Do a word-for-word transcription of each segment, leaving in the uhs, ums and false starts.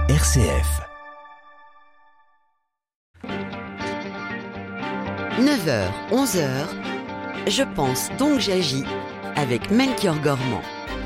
R C F. neuf heures, onze heures, je pense donc j'agis avec Melchior Gormand.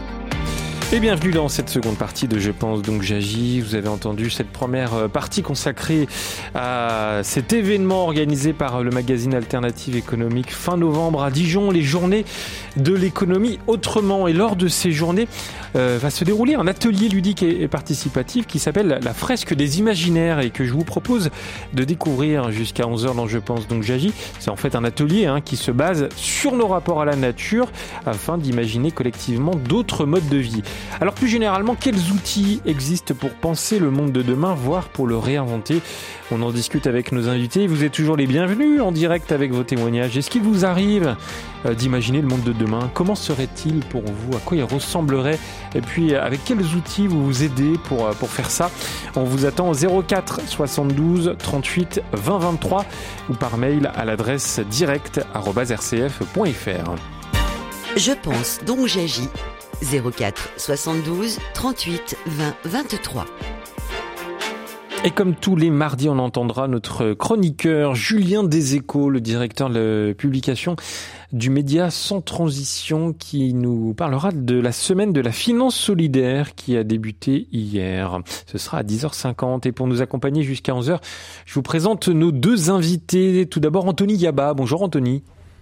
Et bienvenue dans cette seconde partie de Je pense donc j'agis. Vous avez entendu cette première partie consacrée à cet événement organisé par le magazine Alternative économique fin novembre à Dijon, les journées de l'économie autrement. Et lors de ces journées euh, va se dérouler un atelier ludique et participatif qui s'appelle la fresque des imaginaires et que je vous propose de découvrir jusqu'à onze heures dans Je pense donc j'agis. C'est en fait un atelier hein, qui se base sur nos rapports à la nature afin d'imaginer collectivement d'autres modes de vie. Alors plus généralement, quels outils existent pour penser le monde de demain, voire pour le réinventer ? On en discute avec nos invités. Vous êtes toujours les bienvenus en direct avec vos témoignages. Est-ce qu'il vous arrive euh, d'imaginer le monde de demain ? Comment serait-il pour vous ? À quoi il ressemblerait ? Et puis avec quels outils vous vous aidez pour, pour faire ça ? On vous attend au zéro quatre soixante-douze trente-huit vingt vingt-trois ou par mail à l'adresse direct arobase r c f point f r. Je pense donc j'agis. zéro quatre soixante-douze trente-huit vingt vingt-trois. Et comme tous les mardis, on entendra notre chroniqueur Julien Deséchos, le directeur de la publication du média Sans Transition, qui nous parlera de la semaine de la finance solidaire qui a débuté hier. Ce sera à dix heures cinquante. Et pour nous accompagner jusqu'à onze heures, je vous présente nos deux invités. Tout d'abord, Anthony Yaba. Bonjour Anthony.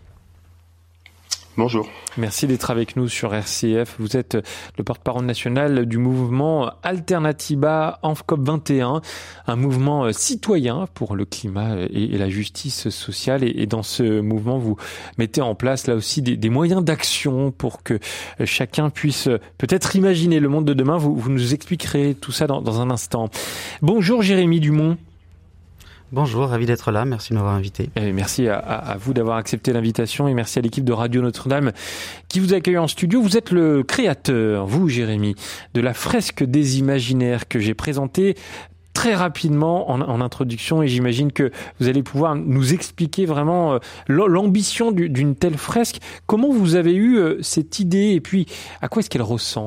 Bonjour. Merci d'être avec nous sur R C F. Vous êtes le porte-parole national du mouvement Alternatiba en COP vingt et un, un mouvement citoyen pour le climat et la justice sociale. Et dans ce mouvement, vous mettez en place là aussi des, des moyens d'action pour que chacun puisse peut-être imaginer le monde de demain. Vous, vous nous expliquerez tout ça dans, dans un instant. Bonjour Jérémy Dumont. Bonjour, ravi d'être là, merci de m'avoir invité. Et merci à, à, à vous d'avoir accepté l'invitation et merci à l'équipe de Radio Notre-Dame qui vous accueille en studio. Vous êtes le créateur, vous Jérémy, de la fresque des imaginaires que j'ai présentée très rapidement en, en introduction et j'imagine que vous allez pouvoir nous expliquer vraiment euh, l'ambition du, d'une telle fresque. Comment vous avez eu euh, cette idée et puis à quoi est-ce qu'elle ressemble ?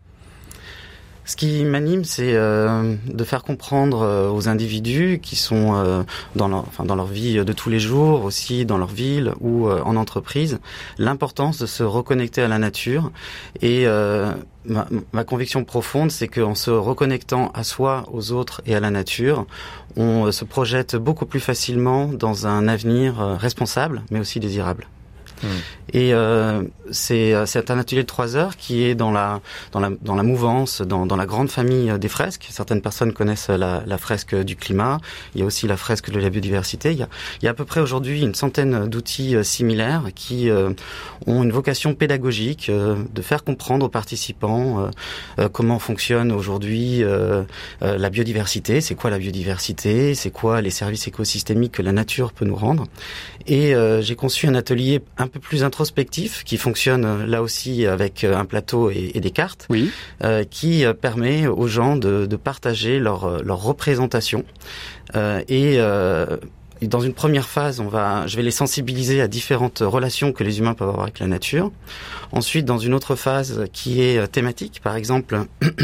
Ce qui m'anime, c'est euh, de faire comprendre euh, aux individus qui sont euh, dans leur, enfin, dans leur vie de tous les jours, aussi dans leur ville ou euh, en entreprise, l'importance de se reconnecter à la nature. Et euh, ma, ma conviction profonde, c'est qu'en se reconnectant à soi, aux autres et à la nature, on euh, se projette beaucoup plus facilement dans un avenir euh, responsable, mais aussi désirable. Mmh. Et euh, c'est, c'est un atelier de trois heures qui est dans la dans la dans la mouvance, dans dans la grande famille des fresques. Certaines personnes connaissent la, la fresque du climat. Il y a aussi la fresque de la biodiversité. Il y a, il y a à peu près aujourd'hui une centaine d'outils similaires qui euh, ont une vocation pédagogique euh, de faire comprendre aux participants euh, euh, comment fonctionne aujourd'hui euh, euh, la biodiversité. C'est quoi la biodiversité ? C'est quoi les services écosystémiques que la nature peut nous rendre ? Et euh, j'ai conçu un atelier un peu plus introspectif qui fonctionne là aussi avec un plateau et, et des cartes, oui. euh, qui permet aux gens de, de partager leur, leur représentation euh, et euh, Et dans une première phase, on va, je vais les sensibiliser à différentes relations que les humains peuvent avoir avec la nature. Ensuite, dans une autre phase qui est thématique, par exemple,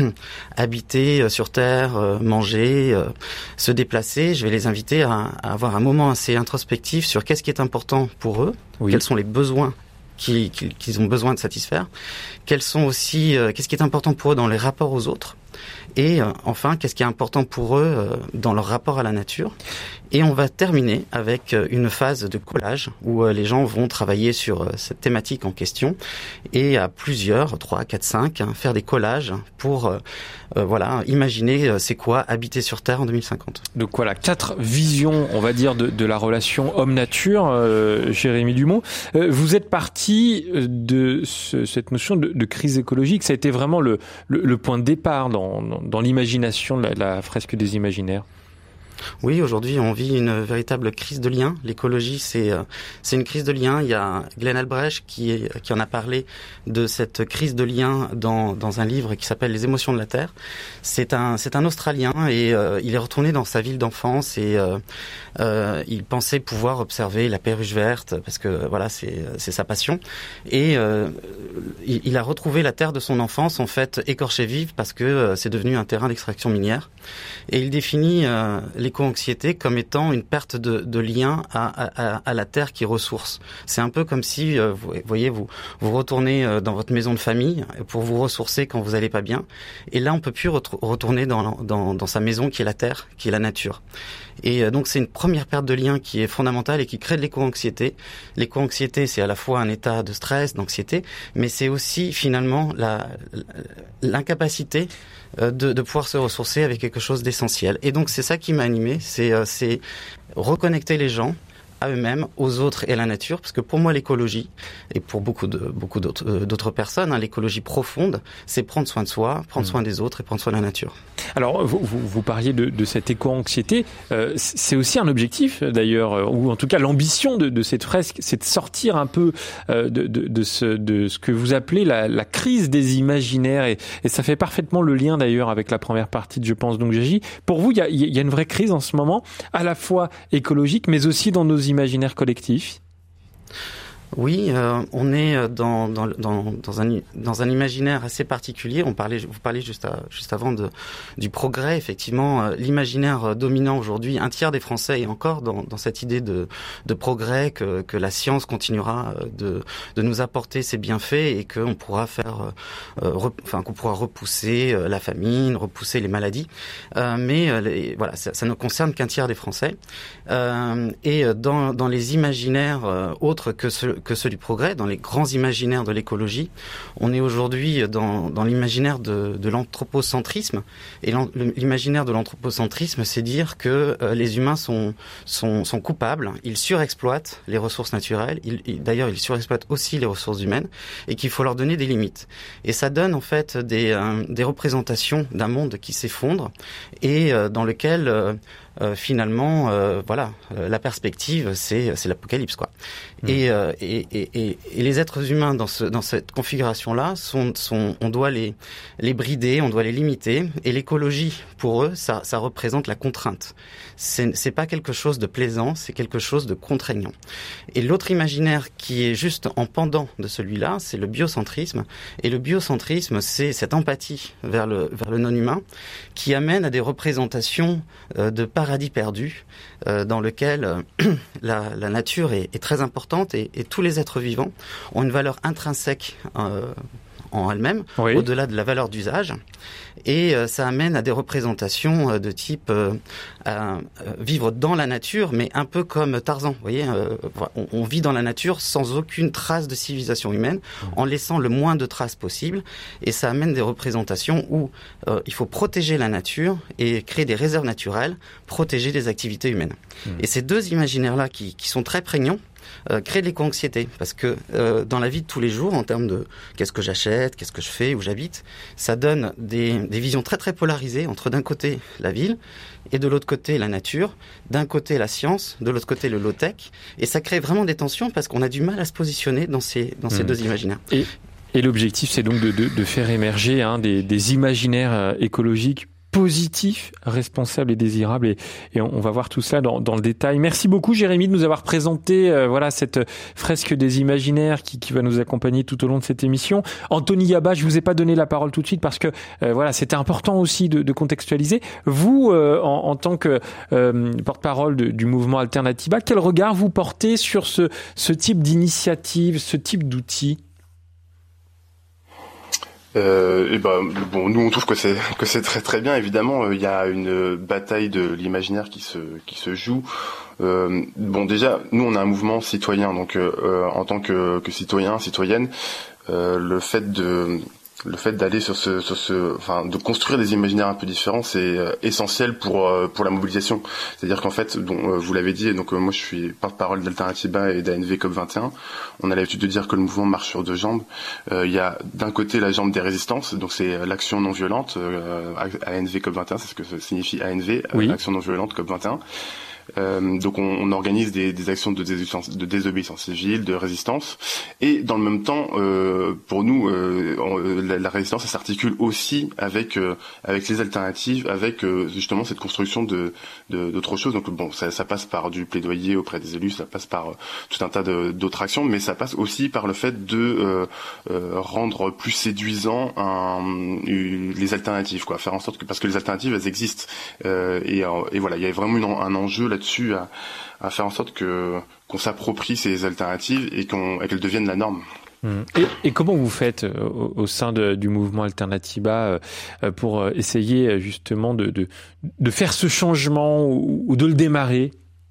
habiter sur Terre, manger, se déplacer, je vais les inviter à, à avoir un moment assez introspectif sur qu'est-ce qui est important pour eux, oui. Quels sont les besoins qu'ils, qu'ils ont besoin de satisfaire, quels sont aussi, qu'est-ce qui est important pour eux dans les rapports aux autres. Et euh, enfin, qu'est-ce qui est important pour eux euh, dans leur rapport à la nature. Et on va terminer avec euh, une phase de collage où euh, les gens vont travailler sur euh, cette thématique en question et à plusieurs, trois, quatre, cinq, hein, faire des collages pour euh, euh, voilà, imaginer euh, c'est quoi habiter sur Terre en deux mille cinquante. Donc voilà, quatre visions, on va dire, de, de la relation homme-nature, euh, Jérémy Dumont. Euh, vous êtes parti de ce, cette notion de, de crise écologique. Ça a été vraiment le, le, le point de départ dans, dans dans l'imagination de la, la fresque des imaginaires. Oui, aujourd'hui, on vit une véritable crise de lien. L'écologie, c'est euh, c'est une crise de lien. Il y a Glenn Albrecht qui est, qui en a parlé de cette crise de lien dans dans un livre qui s'appelle Les émotions de la Terre. C'est un c'est un Australien et euh, il est retourné dans sa ville d'enfance et euh, euh, il pensait pouvoir observer la perruche verte parce que voilà, c'est c'est sa passion et euh, il, il a retrouvé la terre de son enfance en fait écorchée vive parce que euh, c'est devenu un terrain d'extraction minière et il définit euh, l'éco-anxiété comme étant une perte de, de lien à, à, à la terre qui ressource. C'est un peu comme si, euh, vous voyez, vous vous retournez euh, dans votre maison de famille pour vous ressourcer quand vous allez pas bien. Et là, on peut plus re- retourner dans, dans, dans sa maison qui est la terre, qui est la nature. Et euh, donc, c'est une première perte de lien qui est fondamentale et qui crée de l'éco-anxiété. L'éco-anxiété, c'est à la fois un état de stress, d'anxiété, mais c'est aussi finalement la, l'incapacité de, de pouvoir se ressourcer avec quelque chose d'essentiel. Et donc c'est ça qui m'a animé, c'est, euh, c'est reconnecter les gens à eux-mêmes, aux autres et à la nature, parce que pour moi l'écologie, et pour beaucoup de beaucoup d'autres, euh, d'autres personnes, hein, l'écologie profonde, c'est prendre soin de soi, prendre mmh. soin des autres et prendre soin de la nature. Alors vous, vous, vous parliez de, de cette éco-anxiété, euh, c'est aussi un objectif d'ailleurs, ou en tout cas l'ambition de, de cette fresque, c'est de sortir un peu euh, de, de, de, ce, de ce que vous appelez la, la crise des imaginaires, et, et ça fait parfaitement le lien d'ailleurs avec la première partie de Je pense donc j'agis. Pour vous, il y a, y a une vraie crise en ce moment, à la fois écologique, mais aussi dans nos imaginaires collectifs. Oui, euh, on est dans, dans, dans, dans, un, dans un imaginaire assez particulier. On parlait, vous parliez juste, à, juste avant de, du progrès. Effectivement, euh, l'imaginaire dominant aujourd'hui, un tiers des Français est encore dans, dans cette idée de, de progrès, que, que la science continuera de, de nous apporter ses bienfaits et qu'on pourra faire, euh, rep, enfin qu'on pourra repousser la famine, repousser les maladies. Euh, mais euh, les, voilà, ça, ça ne concerne qu'un tiers des Français. Euh, et dans, dans les imaginaires euh, autres que ceux que ceux du progrès, dans les grands imaginaires de l'écologie, on est aujourd'hui dans, dans l'imaginaire de, de l'anthropocentrisme. Et l'imaginaire de l'anthropocentrisme, c'est dire que euh, les humains sont, sont, sont coupables, ils surexploitent les ressources naturelles, ils, ils, d'ailleurs ils surexploitent aussi les ressources humaines, et qu'il faut leur donner des limites. Et ça donne en fait des, euh, des représentations d'un monde qui s'effondre et euh, dans lequel euh, Euh, finalement, euh, voilà, euh, la perspective, c'est c'est l'apocalypse, quoi. Mmh. Et, euh, et, et et les êtres humains dans ce dans cette configuration-là sont sont, on doit les les brider, on doit les limiter. Et l'écologie, pour eux, ça ça représente la contrainte. C'est c'est pas quelque chose de plaisant, c'est quelque chose de contraignant. Et l'autre imaginaire qui est juste en pendant de celui-là, c'est le biocentrisme. Et le biocentrisme, c'est cette empathie vers le vers le non-humain qui amène à des représentations euh, de paradis perdu, euh, dans lequel euh, la, la nature est, est très importante et, et tous les êtres vivants ont une valeur intrinsèque euh, en elle-même, oui. Au-delà de la valeur d'usage. Et euh, ça amène à des représentations euh, de type euh, à, euh, vivre dans la nature, mais un peu comme Tarzan. Vous voyez, euh, on, on vit dans la nature sans aucune trace de civilisation humaine, en laissant le moins de traces possible. Et ça amène des représentations où euh, il faut protéger la nature et créer des réserves naturelles, protéger des activités humaines. Mmh. Et ces deux imaginaires-là qui, qui sont très prégnants, Euh, créer de l'éco-anxiété, parce que euh, dans la vie de tous les jours, en termes de qu'est-ce que j'achète, qu'est-ce que je fais, où j'habite, ça donne des, des visions très très polarisées entre d'un côté la ville et de l'autre côté la nature, d'un côté la science, de l'autre côté le low-tech, et ça crée vraiment des tensions parce qu'on a du mal à se positionner dans ces, dans ces mmh. deux imaginaires. Et, et l'objectif, c'est donc de, de, de faire émerger hein, des, des imaginaires écologiques positif, responsable et désirable, et, et on, on va voir tout ça dans, dans le détail. Merci beaucoup Jérémy de nous avoir présenté euh, voilà cette fresque des imaginaires qui, qui va nous accompagner tout au long de cette émission. Anthony Yaba, je vous ai pas donné la parole tout de suite parce que euh, voilà c'était important aussi de, de contextualiser. Vous, euh, en, en tant que euh, porte-parole de, du mouvement Alternatiba, quel regard vous portez sur ce, ce type d'initiative, ce type d'outils ? Euh, et ben bon, nous on trouve que c'est que c'est très très bien. Évidemment, il y a une bataille de l'imaginaire qui se qui se joue. Euh, bon, déjà, nous on a un mouvement citoyen, donc euh, en tant que, que citoyen, citoyenne, euh, le fait de le fait d'aller sur ce, sur ce, enfin, de construire des imaginaires un peu différents, c'est euh, essentiel pour euh, pour la mobilisation. C'est-à-dire qu'en fait, bon, euh, vous l'avez dit, donc euh, moi je suis porte-parole d'Alternativa et d'A N V C O P vingt et un. On a l'habitude de dire que le mouvement marche sur deux jambes. Euh, il y a d'un côté la jambe des résistances, donc c'est l'action non violente. Euh, A N V C O P vingt et un, c'est ce que ça signifie A N V, oui. Action non violente C O P vingt et un. Euh, donc on, on organise des, des actions de désobéissance, de désobéissance civile, de résistance, et dans le même temps, euh, pour nous, euh, on, la, la résistance, elle s'articule aussi avec euh, avec les alternatives, avec euh, justement cette construction de, de d'autres choses. Donc bon, ça, ça passe par du plaidoyer auprès des élus, ça passe par euh, tout un tas de, d'autres actions, mais ça passe aussi par le fait de euh, euh, rendre plus séduisant un, euh, les alternatives, quoi, faire en sorte que parce que les alternatives, elles existent, euh, et, et voilà, il y a vraiment une, un enjeu là dessus à, à faire en sorte que qu'on s'approprie ces alternatives et qu'on et qu'elles deviennent la norme. Et, et comment vous faites euh, au, au sein de, du mouvement Alternativa euh, pour euh, essayer justement de, de de faire ce changement ou, ou de le démarrer?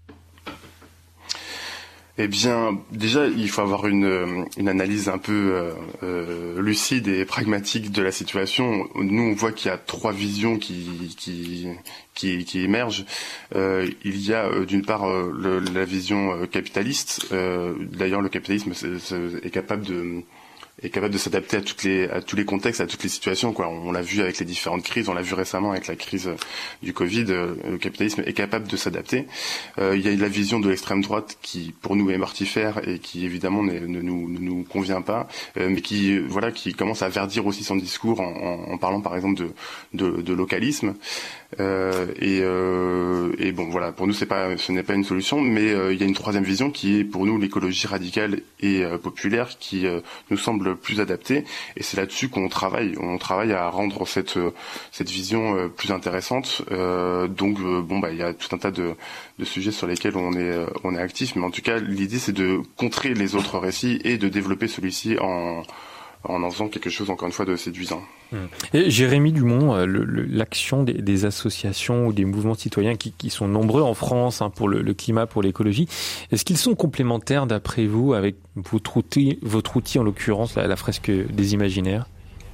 Eh bien, déjà, il faut avoir une, une analyse un peu euh, euh, lucide et pragmatique de la situation. Nous, on voit qu'il y a trois visions qui qui qui, qui émergent. Euh, il y a euh, d'une part euh, le, la vision euh, capitaliste. Euh, d'ailleurs, le capitalisme c'est, c'est, est capable de est capable de s'adapter à toutes les à tous les contextes, à toutes les situations, quoi. On, on l'a vu avec les différentes crises, on l'a vu récemment avec la crise du Covid. Euh, le capitalisme est capable de s'adapter. Euh, il y a la vision de l'extrême droite qui, pour nous, est mortifère et qui évidemment ne, ne, nous, ne nous convient pas, euh, mais qui voilà qui commence à verdir aussi son discours en, en, en parlant par exemple de de, de localisme. Euh, et, euh, et bon voilà, pour nous c'est pas ce n'est pas une solution, mais euh, il y a une troisième vision qui est pour nous l'écologie radicale et euh, populaire qui euh, nous semble plus adaptée, et c'est là-dessus qu'on travaille. On travaille à rendre cette cette vision euh, plus intéressante. Euh, donc euh, bon bah il y a tout un tas de de sujets sur lesquels on est euh, on est actif, mais en tout cas l'idée c'est de contrer les autres récits et de développer celui-ci en en en faisant quelque chose encore une fois de séduisant. Et Jérémy Dumont, le, le, l'action des, des associations ou des mouvements citoyens qui, qui sont nombreux en France hein, pour le, le climat, pour l'écologie, est-ce qu'ils sont complémentaires d'après vous avec votre outil, votre outil en l'occurrence la, la fresque des imaginaires?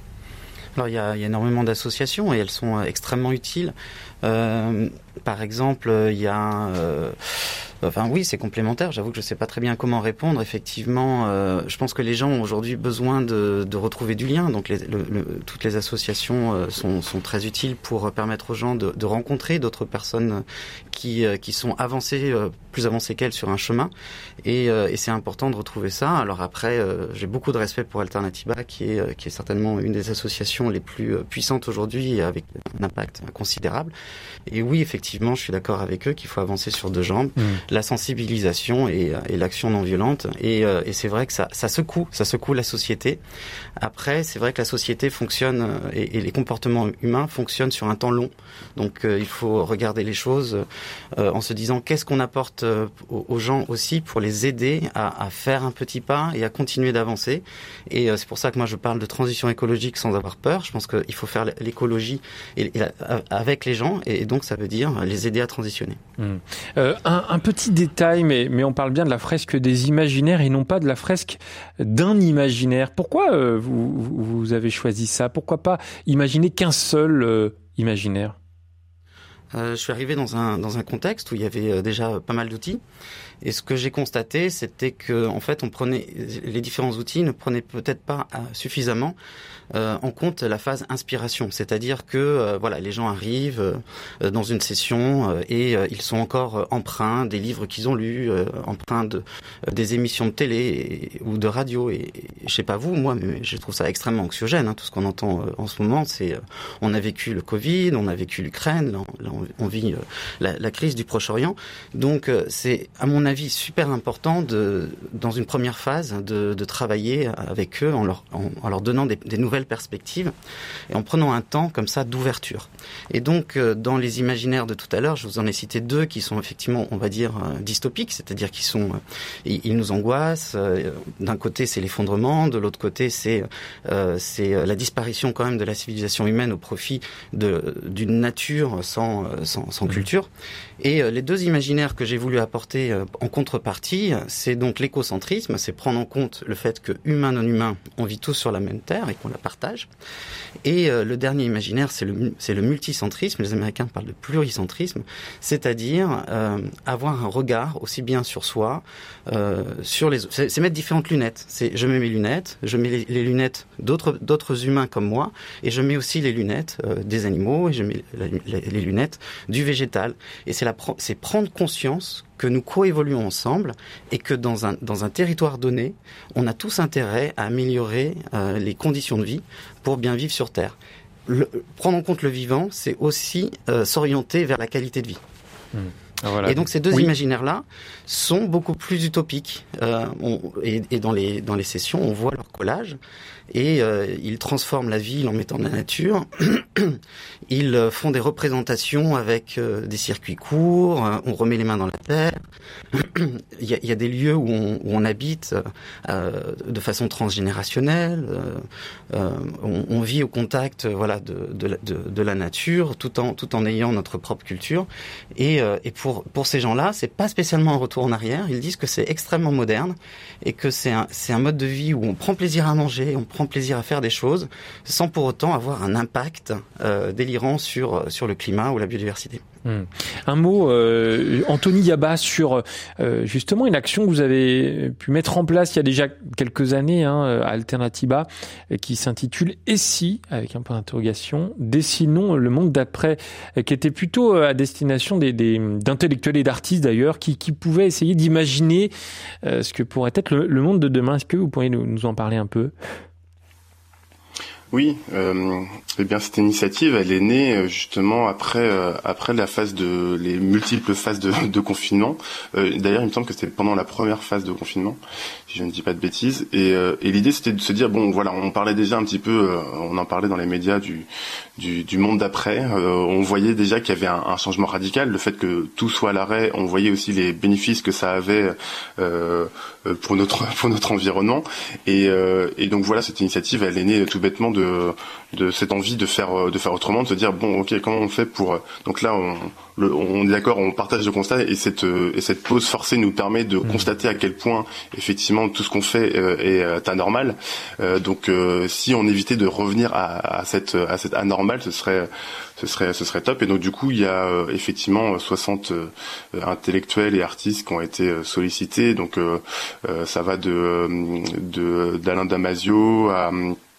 Alors il y a, il y a énormément d'associations et elles sont extrêmement utiles. Euh, par exemple, il y a... Euh, Enfin oui, c'est complémentaire. J'avoue que je sais pas très bien comment répondre. Effectivement, euh, je pense que les gens ont aujourd'hui besoin de, de retrouver du lien. Donc les, le, le, toutes les associations euh, sont, sont très utiles pour permettre aux gens de, de rencontrer d'autres personnes qui, euh, qui sont avancées, euh, plus avancées qu'elles sur un chemin. Et, euh, et c'est important de retrouver ça. Alors après, euh, j'ai beaucoup de respect pour Alternativa, qui est, euh, qui est certainement une des associations les plus puissantes aujourd'hui et avec un impact considérable. Et oui, effectivement, je suis d'accord avec eux qu'il faut avancer sur deux jambes. Mmh. La sensibilisation et, et l'action non violente, et, euh, et c'est vrai que ça, ça secoue, ça secoue la société. Après, c'est vrai que la société fonctionne et, et les comportements humains fonctionnent sur un temps long. Donc, euh, il faut regarder les choses euh, en se disant qu'est-ce qu'on apporte euh, aux, aux gens aussi pour les aider à, à faire un petit pas et à continuer d'avancer. Et euh, c'est pour ça que moi je parle de transition écologique sans avoir peur. Je pense qu'il faut faire l'écologie et, et, avec les gens, et, et donc ça veut dire les aider à transitionner. Mmh. Euh, un, un petit Petit détail, mais, mais on parle bien de la fresque des imaginaires et non pas de la fresque d'un imaginaire. Pourquoi euh, vous, vous avez choisi ça? Pourquoi pas imaginer qu'un seul euh, imaginaire? Euh, je suis arrivé dans un dans un contexte où il y avait déjà pas mal d'outils, et ce que j'ai constaté, c'était que en fait, on prenait les différents outils ne prenaient peut-être pas suffisamment euh, en compte la phase inspiration, c'est-à-dire que euh, voilà, les gens arrivent euh, dans une session euh, et euh, ils sont encore empreints des livres qu'ils ont lus, euh, empreints de euh, des émissions de télé et, ou de radio. Et, et je sais pas vous, moi, mais je trouve ça extrêmement anxiogène. Hein, tout ce qu'on entend euh, en ce moment, c'est euh, on a vécu le Covid, on a vécu l'Ukraine, là, là, on, on vit euh, la, la crise du Proche-Orient. Donc euh, c'est à mon avis super important de dans une première phase de, de travailler avec eux en leur en, en leur donnant des, des nouvelles perspectives et en prenant un temps comme ça d'ouverture. Et donc euh, dans les imaginaires de tout à l'heure, je vous en ai cité deux qui sont effectivement, on va dire, euh, dystopiques, c'est-à-dire qui sont euh, ils, ils nous angoissent. Euh, d'un côté c'est l'effondrement, de l'autre côté c'est euh, c'est la disparition quand même de la civilisation humaine au profit de d'une nature sans sans, sans culture. Et euh, les deux imaginaires que j'ai voulu apporter euh, en contrepartie, c'est donc l'écocentrisme, c'est prendre en compte le fait que humain non humain, on vit tous sur la même terre et qu'on la partage. Et euh, le dernier imaginaire, c'est le, c'est le multicentrisme. Les Américains parlent de pluricentrisme, c'est-à-dire euh, avoir un regard aussi bien sur soi, euh, sur les autres. C'est, c'est mettre différentes lunettes. C'est, je mets mes lunettes, je mets les, les lunettes d'autres, d'autres humains comme moi, et je mets aussi les lunettes euh, des animaux, et je mets les, les lunettes du végétal. Et c'est, la, c'est prendre conscience que nous coévoluons ensemble et que dans un, dans un territoire donné, on a tous intérêt à améliorer euh, les conditions de vie pour bien vivre sur Terre. Le, prendre en compte le vivant, c'est aussi euh, s'orienter vers la qualité de vie. Mmh. Voilà. Et donc ces deux oui. imaginaires-là sont beaucoup plus utopiques. Euh, on, et et dans, les, dans les sessions, on voit leur collage. Et euh, ils transforment la ville en mettant de la nature. Ils font des représentations avec euh, des circuits courts. Euh, on remet les mains dans la terre. il, y a, il y a des lieux où on, où on habite euh, de façon transgénérationnelle. Euh, euh, on, on vit au contact, euh, voilà, de, de, de, de la nature, tout en, tout en ayant notre propre culture. Et, euh, et pour, pour ces gens-là, c'est pas spécialement un retour en arrière. Ils disent que c'est extrêmement moderne et que c'est un, c'est un mode de vie où on prend plaisir à manger, on prend plaisir à faire des choses sans pour autant avoir un impact euh, délirant sur sur le climat ou la biodiversité. Hum. Un mot, euh, Anthony Yaba, sur euh, justement une action que vous avez pu mettre en place il y a déjà quelques années hein, à Alternativa, qui s'intitule « Et si ?», avec un point d'interrogation, dessinons le monde d'après, qui était plutôt à destination des, des d'intellectuels et d'artistes d'ailleurs, qui, qui pouvaient essayer d'imaginer euh, ce que pourrait être le, le monde de demain. Est-ce que vous pourriez nous, nous en parler un peu ? Oui, euh, eh bien cette initiative, elle est née justement après euh, après la phase de les multiples phases de, de confinement. Euh, d'ailleurs, il me semble que c'était pendant la première phase de confinement, si je ne dis pas de bêtises. Et, euh, et l'idée, c'était de se dire bon, voilà, on parlait déjà un petit peu, euh, on en parlait dans les médias du du, du monde d'après. Euh, on voyait déjà qu'il y avait un, un changement radical, le fait que tout soit à l'arrêt. On voyait aussi les bénéfices que ça avait euh, pour notre pour notre environnement. Et, euh, et donc voilà, cette initiative, elle est née tout bêtement de De, de cette envie de faire de faire autrement, de se dire bon ok comment on fait pour donc là on le, on est d'accord, on partage le constat et cette et cette pause forcée nous permet de mmh. constater à quel point effectivement tout ce qu'on fait euh, est anormal. Euh, donc euh, si on évitait de revenir à, à cette à cette anormal, ce serait ce serait ce serait top. Et donc du coup il y a euh, effectivement soixante euh, intellectuels et artistes qui ont été euh, sollicités. Donc euh, euh, ça va de de d'Alain Damasio à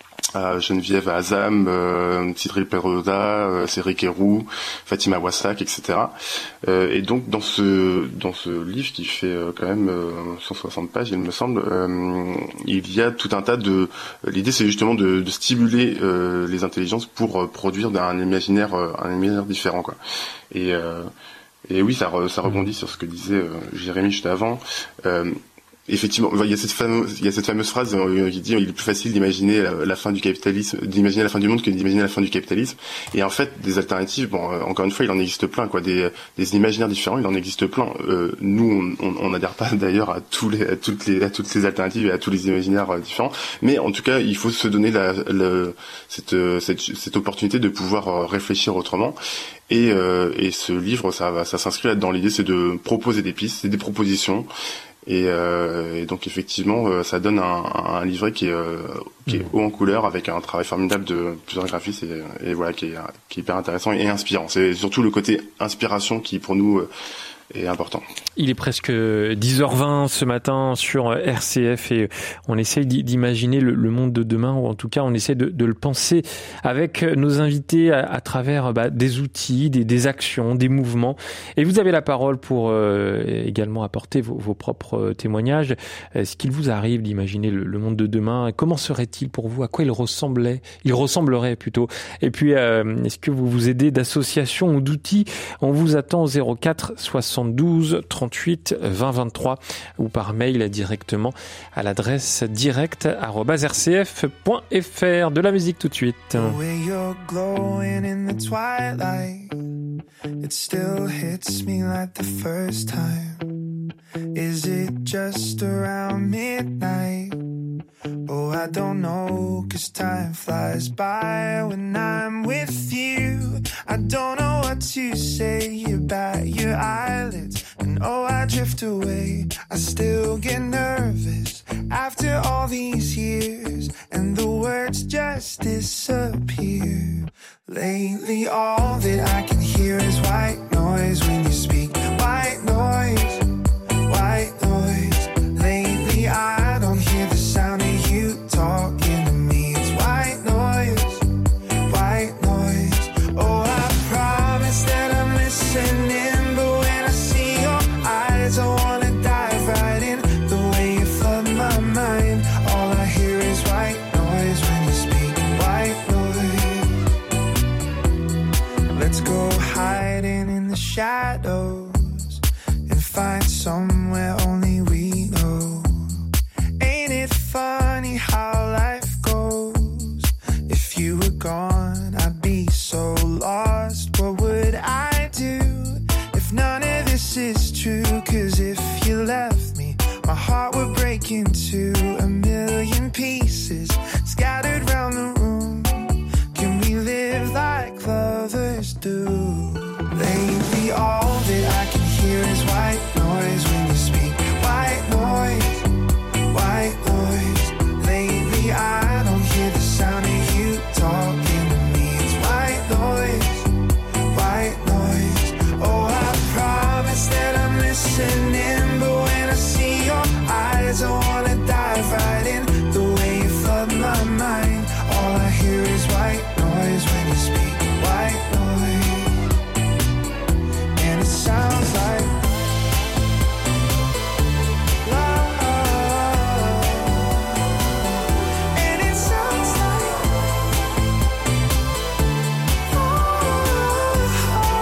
à Geneviève Azam, euh, Cyril Perroda, euh, Cédric Héroux, Fatima Wassak, et cetera. Euh, et donc dans ce dans ce livre qui fait euh, quand même euh, cent soixante pages, il me semble, euh, il y a tout un tas de. L'idée, c'est justement de, de stimuler euh, les intelligences pour euh, produire un imaginaire euh, un imaginaire différent, quoi. Et euh, et oui, ça re, ça rebondit sur ce que disait euh, Jérémy juste avant. Euh, Effectivement, il y a cette fameuse, il y a cette fameuse phrase qui dit il est plus facile d'imaginer la, la fin du capitalisme, d'imaginer la fin du monde que d'imaginer la fin du capitalisme. Et en fait, des alternatives, bon, encore une fois, il en existe plein, quoi, des, des imaginaires différents, il en existe plein. Euh, nous, on n'adhère pas d'ailleurs à tous les, à toutes les, à toutes les alternatives et à tous les imaginaires différents. Mais en tout cas, il faut se donner la, la cette, cette, cette opportunité de pouvoir réfléchir autrement. Et, euh, et ce livre, ça, ça s'inscrit là-dedans. L'idée, c'est de proposer des pistes, c'est des propositions. Et, euh, et donc effectivement, ça donne un, un livret qui est, euh, qui est haut en couleur avec un travail formidable de plusieurs graphistes et, et voilà qui est, qui est hyper intéressant et inspirant. C'est surtout le côté inspiration qui pour nous euh, est important. Il est presque dix heures vingt ce matin sur R C F et on essaye d'imaginer le, le monde de demain, ou en tout cas on essaie de, de le penser avec nos invités à, à travers bah, des outils, des, des actions, des mouvements. Et vous avez la parole pour euh, également apporter vos, vos propres témoignages. Est-ce qu'il vous arrive d'imaginer le, le monde de demain? Comment serait-il pour vous? À quoi il ressemblait? Il ressemblerait plutôt. Et puis, euh, est-ce que vous vous aidez d'associations ou d'outils? On vous attend au zéro quatre soixante-douze trente-huit vingt vingt-trois ou par mail directement à l'adresse direct arobase r c f point f r. De la musique tout de suite. It still hits me like the first time. Is it just around midnight? Oh, I don't know, 'cause time flies by when I'm with you. I don't know what to say about your eyelids and Oh, I drift away, I still get nervous after all these years, and the words just disappear. Lately all that I can hear is white noise when you speak. White noise, white noise. Lately I don't hear the sound of you talking to me. It's white noise, white noise. Oh, I promise that I'm listening, but when I see your eyes I wanna dive right in. The way you flood my mind, all I hear is white noise when you speak. White noise. Let's go hiding in the shadows and find somewhere only we know. Ain't it funny how life goes? If you were gone, I'd be so lost. What would I do if none of this is true? Cause if you left me, my heart would break into a million pieces, scattered round the room. Can we live like lovers do? Lately all that I can hear is white noise when you speak. White noise, white noise. Lately I don't hear the sound of you talking to me. It's white noise, white noise. Oh, I promise that I'm listening, but when I see your eyes I wanna dive right in. The way you flood my mind, all I hear is white noise when you speak. White noise, and it sounds like love, and it sounds like love.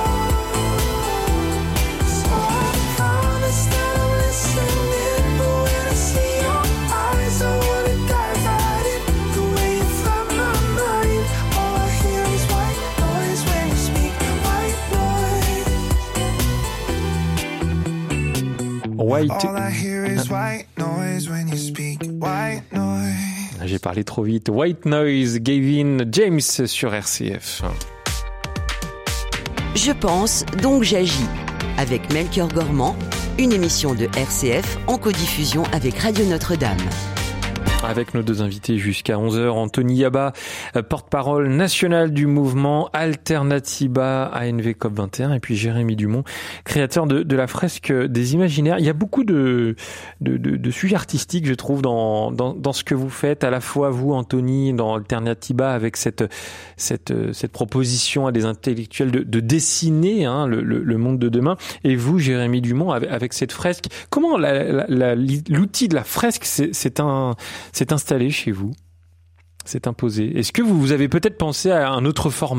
So I promise that I'm listening, but when I see your eyes I wanna dive right in. The way you flood my mind, all I hear is white noise when you speak. White noise. White. All I hear is white noise when you speak. White noise. J'ai parlé trop vite. White Noise, Gavin James sur R C F. Je pense, donc j'agis. Avec Melchior Gormand, une émission de R C F en codiffusion avec Radio Notre-Dame. Avec nos deux invités jusqu'à onze heures, Anthony Yaba, porte-parole national du mouvement Alternatiba A N V C O P vingt et un, et puis Jérémy Dumont, créateur de, de la fresque des imaginaires. Il y a beaucoup de, de, de, de sujets artistiques, je trouve, dans, dans, dans ce que vous faites, à la fois vous, Anthony, dans Alternatiba, avec cette, cette, cette proposition à des intellectuels de, de dessiner hein, le, le, le monde de demain, et vous, Jérémy Dumont, avec, avec cette fresque. Comment la, la, la, l'outil de la fresque, c'est, c'est un... s'est installé chez vous, s'est imposé. Est-ce que vous, vous avez peut-être pensé à un autre format ?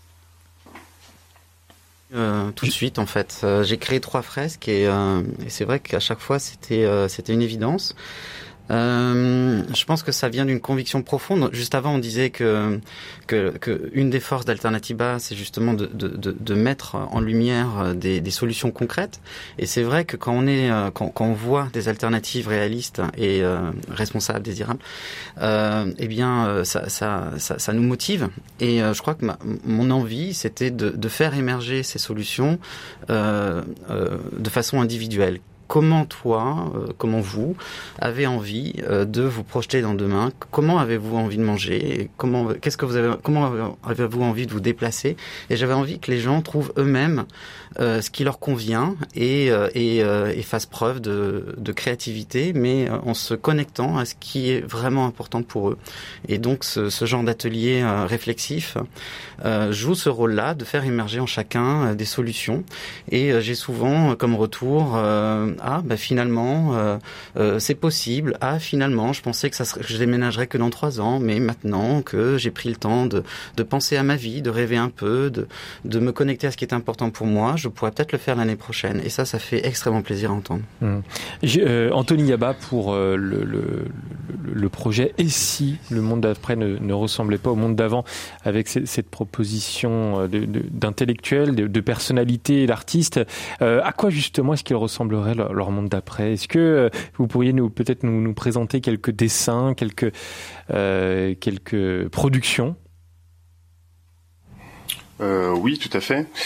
Euh, tout de suite, en fait. Euh, j'ai créé trois fresques et, euh, et c'est vrai qu'à chaque fois, c'était, euh, c'était une évidence. Euh, je pense que ça vient d'une conviction profonde. Juste avant, on disait que que, que une des forces d'Alternatiba, c'est justement de, de, de, de mettre en lumière des, des solutions concrètes. Et c'est vrai que quand on est, quand, quand on voit des alternatives réalistes et euh, responsables, désirables, euh, eh bien, ça, ça, ça, ça nous motive. Et euh, je crois que ma, mon envie, c'était de, de faire émerger ces solutions euh, euh, de façon individuelle. Comment toi, euh, comment vous avez envie euh, de vous projeter dans demain ? Comment avez-vous envie de manger ? Et comment, qu'est-ce que vous avez, comment avez-vous envie de vous déplacer ? Et j'avais envie que les gens trouvent eux-mêmes euh, ce qui leur convient et euh, et, euh, et fassent preuve de, de créativité, mais en se connectant à ce qui est vraiment important pour eux. Et donc ce, ce genre d'atelier euh, réflexif euh, joue ce rôle-là de faire émerger en chacun euh, des solutions. Et euh, j'ai souvent euh, comme retour euh, ah bah finalement euh, euh, c'est possible. Ah finalement je pensais que ça serait, que je déménagerais que dans trois ans, mais maintenant que j'ai pris le temps de de penser à ma vie, de rêver un peu, de de me connecter à ce qui est important pour moi, je pourrais peut-être le faire l'année prochaine. Et ça, ça fait extrêmement plaisir à entendre. Mmh. Euh, Anthony Yaba pour euh, le, le le projet Et si le monde d'après ne, ne ressemblait pas au monde d'avant, avec c- cette proposition de, de, d'intellectuels, de, de personnalités, d'artistes. Euh, à quoi justement est-ce qu'il ressemblerait leur, leur monde d'après ? Est-ce que vous pourriez nous peut-être nous, nous présenter quelques dessins, quelques euh, quelques productions ? euh, Oui, tout à fait.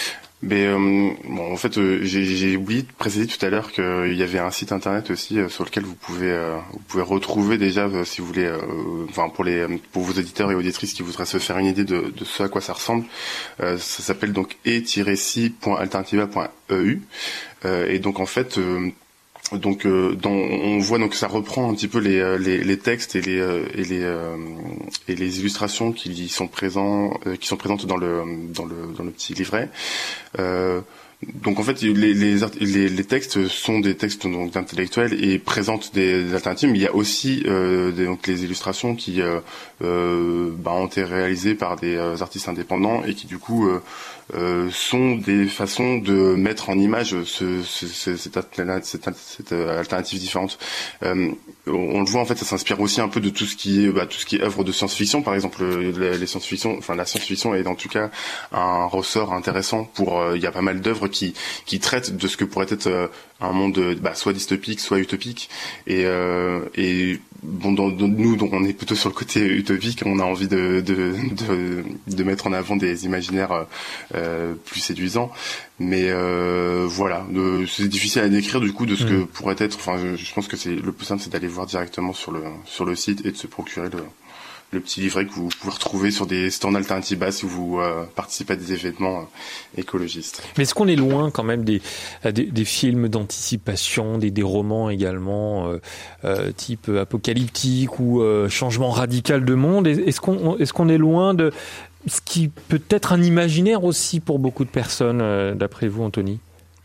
Mais euh, bon, en fait, euh, j'ai, j'ai oublié de préciser tout à l'heure qu'il y avait un site internet aussi euh, sur lequel vous pouvez euh, vous pouvez retrouver déjà, euh, si vous voulez, euh, enfin pour les pour vos auditeurs et auditrices qui voudraient se faire une idée de, de ce à quoi ça ressemble. Euh, ça s'appelle donc e tiret si point alternativa point e u euh, et donc en fait. Euh, Donc, euh, dans, on voit donc que ça reprend un petit peu les, les, les textes et les et les euh, et les illustrations qui y sont présents, euh, qui sont présentes dans le dans le dans le petit livret. Euh, donc en fait, les, les les les textes sont des textes donc d'intellectuels et présentent des, des alternatives. Mais il y a aussi euh, des, donc les illustrations qui euh, euh, bah, ont été réalisées par des euh, artistes indépendants et qui du coup euh, Euh, sont des façons de mettre en image ce, ce, ce, cette, cette, cette alternative différente. Euh, on le voit en fait, ça s'inspire aussi un peu de tout ce qui est, bah, tout ce qui est œuvre de science-fiction, par exemple les, les science-fiction. Enfin, la science-fiction est en tout cas un ressort intéressant pour. Il euh, y a pas mal d'œuvres qui qui traitent de ce que pourrait être euh, un monde bah, soit dystopique, soit utopique. Et, euh, et bon, dans, dans, nous, donc, on est plutôt sur le côté utopique. On a envie de de de, de mettre en avant des imaginaires euh, plus séduisants. Mais euh, voilà, de, c'est difficile à décrire du coup de ce mmh. que pourrait être. Enfin, je, je pense que c'est le plus simple, c'est d'aller voir directement sur le sur le site et de se procurer le le petit livret que vous pouvez retrouver sur des stands Alternativa si vous euh, participez à des événements euh, écologistes. Mais est-ce qu'on est loin quand même des, des, des films d'anticipation, des, des romans également, euh, euh, type apocalyptique ou euh, changement radical de monde? Est-ce qu'on, est-ce qu'on est loin de ce qui peut être un imaginaire aussi pour beaucoup de personnes, euh, d'après vous, Anthony?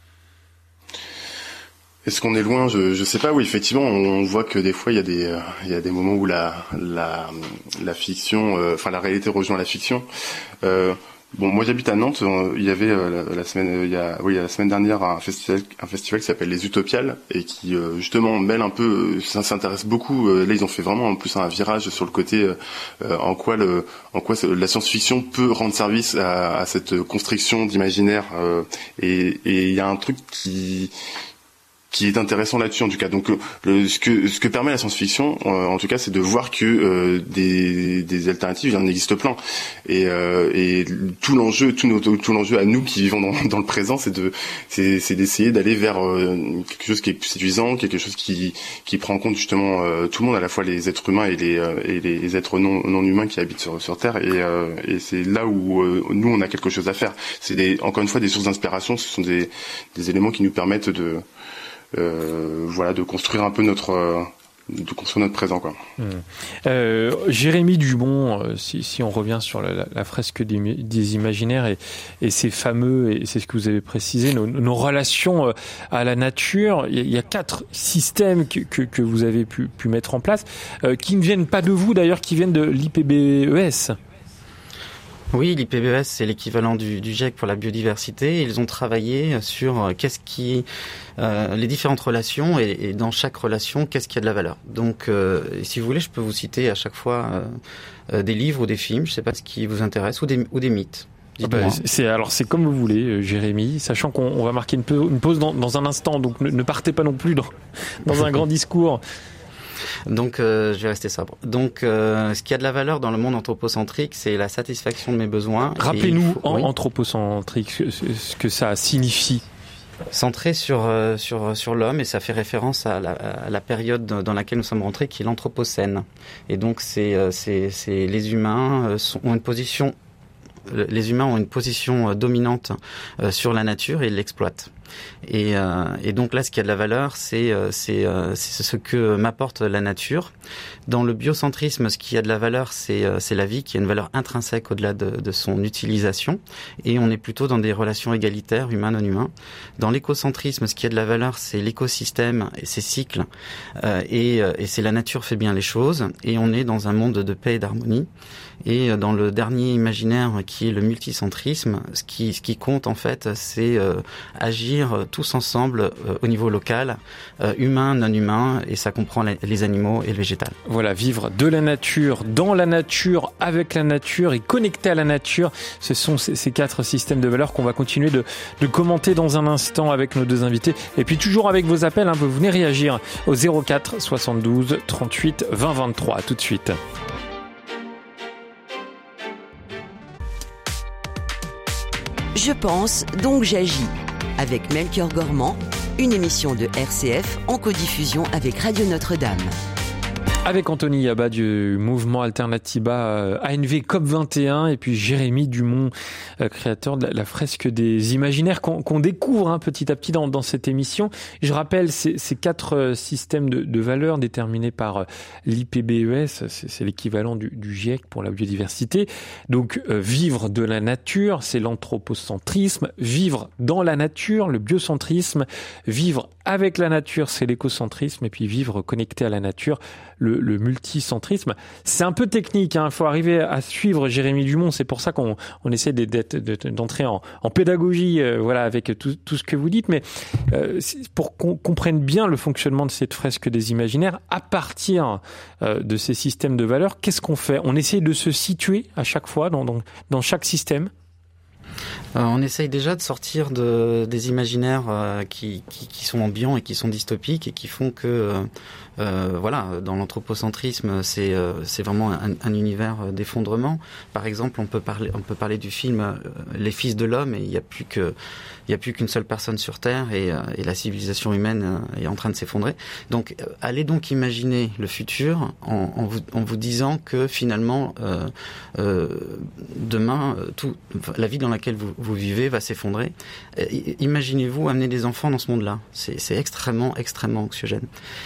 Est-ce qu'on est loin? Je je sais pas. Oui, effectivement, on voit que des fois il y a des euh, il y a des moments où la la la fiction, euh, enfin la réalité rejoint la fiction. Euh, bon, moi j'habite à Nantes. Euh, il y avait euh, la, la semaine, euh, il y a oui, la semaine dernière un festival un festival qui s'appelle les Utopiales et qui euh, justement mêle un peu. Ça s'intéresse beaucoup. Euh, là, ils ont fait vraiment en plus un virage sur le côté euh, en quoi le en quoi la science-fiction peut rendre service à, à cette construction d'imaginaire. Euh, et et il y a un truc qui qui est intéressant là-dessus en tout cas. Donc le, ce que ce que permet la science-fiction euh, en tout cas, c'est de voir que euh, des des alternatives, il en existe plein. Et euh, et tout l'enjeu tout notre, tout l'enjeu à nous qui vivons dans dans le présent, c'est de c'est c'est d'essayer d'aller vers euh, quelque chose qui est plus séduisant, quelque chose qui qui prend en compte justement euh, tout le monde, à la fois les êtres humains et les euh, et les, les êtres non non humains qui habitent sur sur Terre. Et euh, et c'est là où euh, nous on a quelque chose à faire. C'est des, encore une fois des sources d'inspiration. Ce sont des des éléments qui nous permettent de Euh, voilà, de construire un peu notre euh, de construire notre présent, quoi. Mmh. Euh, Jérémy Dubon, euh, si, si on revient sur la, la, la fresque des, des imaginaires et, et ces fameux, et c'est ce que vous avez précisé, nos, nos relations à la nature, il y a, il y a quatre systèmes que, que, que vous avez pu, pu mettre en place, euh, qui ne viennent pas de vous d'ailleurs, qui viennent de l'I P B E S. Oui, l'I P B E S, c'est l'équivalent du, du GIEC pour la biodiversité. Ils ont travaillé sur qu'est-ce qui, euh, les différentes relations et, et dans chaque relation, qu'est-ce qui a de la valeur. Donc, euh, si vous voulez, je peux vous citer à chaque fois euh, des livres ou des films, je ne sais pas ce qui vous intéresse, ou des, ou des mythes. Ah bah, c'est, alors c'est comme vous voulez, Jérémy, sachant qu'on on va marquer une, peu, une pause dans, dans un instant, donc ne, ne partez pas non plus dans, dans un grand discours. Donc, euh, je vais rester sobre. Donc, euh, ce qui a de la valeur dans le monde anthropocentrique, c'est la satisfaction de mes besoins. Rappelez-nous, faut, en oui. anthropocentrique, ce, ce que ça signifie. Centré sur euh, sur sur l'homme, et ça fait référence à la, à la période dans laquelle nous sommes rentrés, qui est l'anthropocène. Et donc, c'est euh, c'est c'est les humains euh, sont, ont une position, les humains ont une position euh, dominante euh, sur la nature et ils l'exploitent. Et, euh, et donc là, ce qui a de la valeur, c'est, euh, c'est, euh, c'est ce que m'apporte la nature. Dans le biocentrisme, ce qui a de la valeur, c'est, euh, c'est la vie, qui a une valeur intrinsèque au-delà de, de son utilisation. Et on est plutôt dans des relations égalitaires, humains, non humains. Dans l'écocentrisme, ce qui a de la valeur, c'est l'écosystème et ses cycles. Euh, et, et c'est la nature fait bien les choses. Et on est dans un monde de paix et d'harmonie. Et dans le dernier imaginaire, qui est le multicentrisme, ce qui, ce qui compte en fait, c'est euh, agir tous ensemble euh, au niveau local, euh, humain, non humain, et ça comprend les, les animaux et le végétal. Voilà, vivre de la nature, dans la nature, avec la nature et connecté à la nature, ce sont ces, ces quatre systèmes de valeurs qu'on va continuer de, de commenter dans un instant avec nos deux invités. Et puis toujours avec vos appels, hein, vous venez réagir au zéro quatre soixante-douze trente-huit vingt vingt-trois. À tout de suite. Je pense, donc j'agis. Avec Melchior Gormand, une émission de R C F en codiffusion avec Radio Notre-Dame. Avec Anthony Yaba du mouvement Alternatiba A N V C O P vingt et un et puis Jérémy Dumont, créateur de la fresque des imaginaires qu'on, qu'on découvre hein, petit à petit dans, dans cette émission. Je rappelle ces, ces quatre systèmes de, de valeurs déterminés par l'I P B E S, c'est, c'est l'équivalent du, du GIEC pour la biodiversité. Donc euh, vivre de la nature, c'est l'anthropocentrisme. Vivre dans la nature, le biocentrisme. Vivre avec la nature, c'est l'écocentrisme. Et puis vivre connecté à la nature, le, le multicentrisme. C'est un peu technique, il hein. faut arriver à suivre Jérémy Dumont, c'est pour ça qu'on on essaie d'être, d'être, d'entrer en, en pédagogie euh, voilà, avec tout, tout ce que vous dites, mais euh, pour qu'on comprenne bien le fonctionnement de cette fresque des imaginaires, à partir euh, de ces systèmes de valeurs, qu'est-ce qu'on fait ? On essaie de se situer à chaque fois dans, dans, dans chaque système ? Euh, on essaye déjà de sortir de, des imaginaires euh, qui, qui, qui sont ambiants et qui sont dystopiques et qui font que, euh, euh, voilà, dans l'anthropocentrisme, c'est, euh, c'est vraiment un, un univers d'effondrement. Par exemple, on peut parler, on peut parler du film euh, Les Fils de l'homme et il n'y a plus que, il y a plus qu'une seule personne sur Terre et, euh, et la civilisation humaine euh, est en train de s'effondrer. Donc, euh, allez donc imaginer le futur en, en, vous, en vous disant que finalement, euh, euh, demain, tout, la vie dans laquelle vous, vous vivez va s'effondrer. Imaginez-vous amener des enfants dans ce monde-là. C'est, c'est extrêmement, extrêmement anxiogène.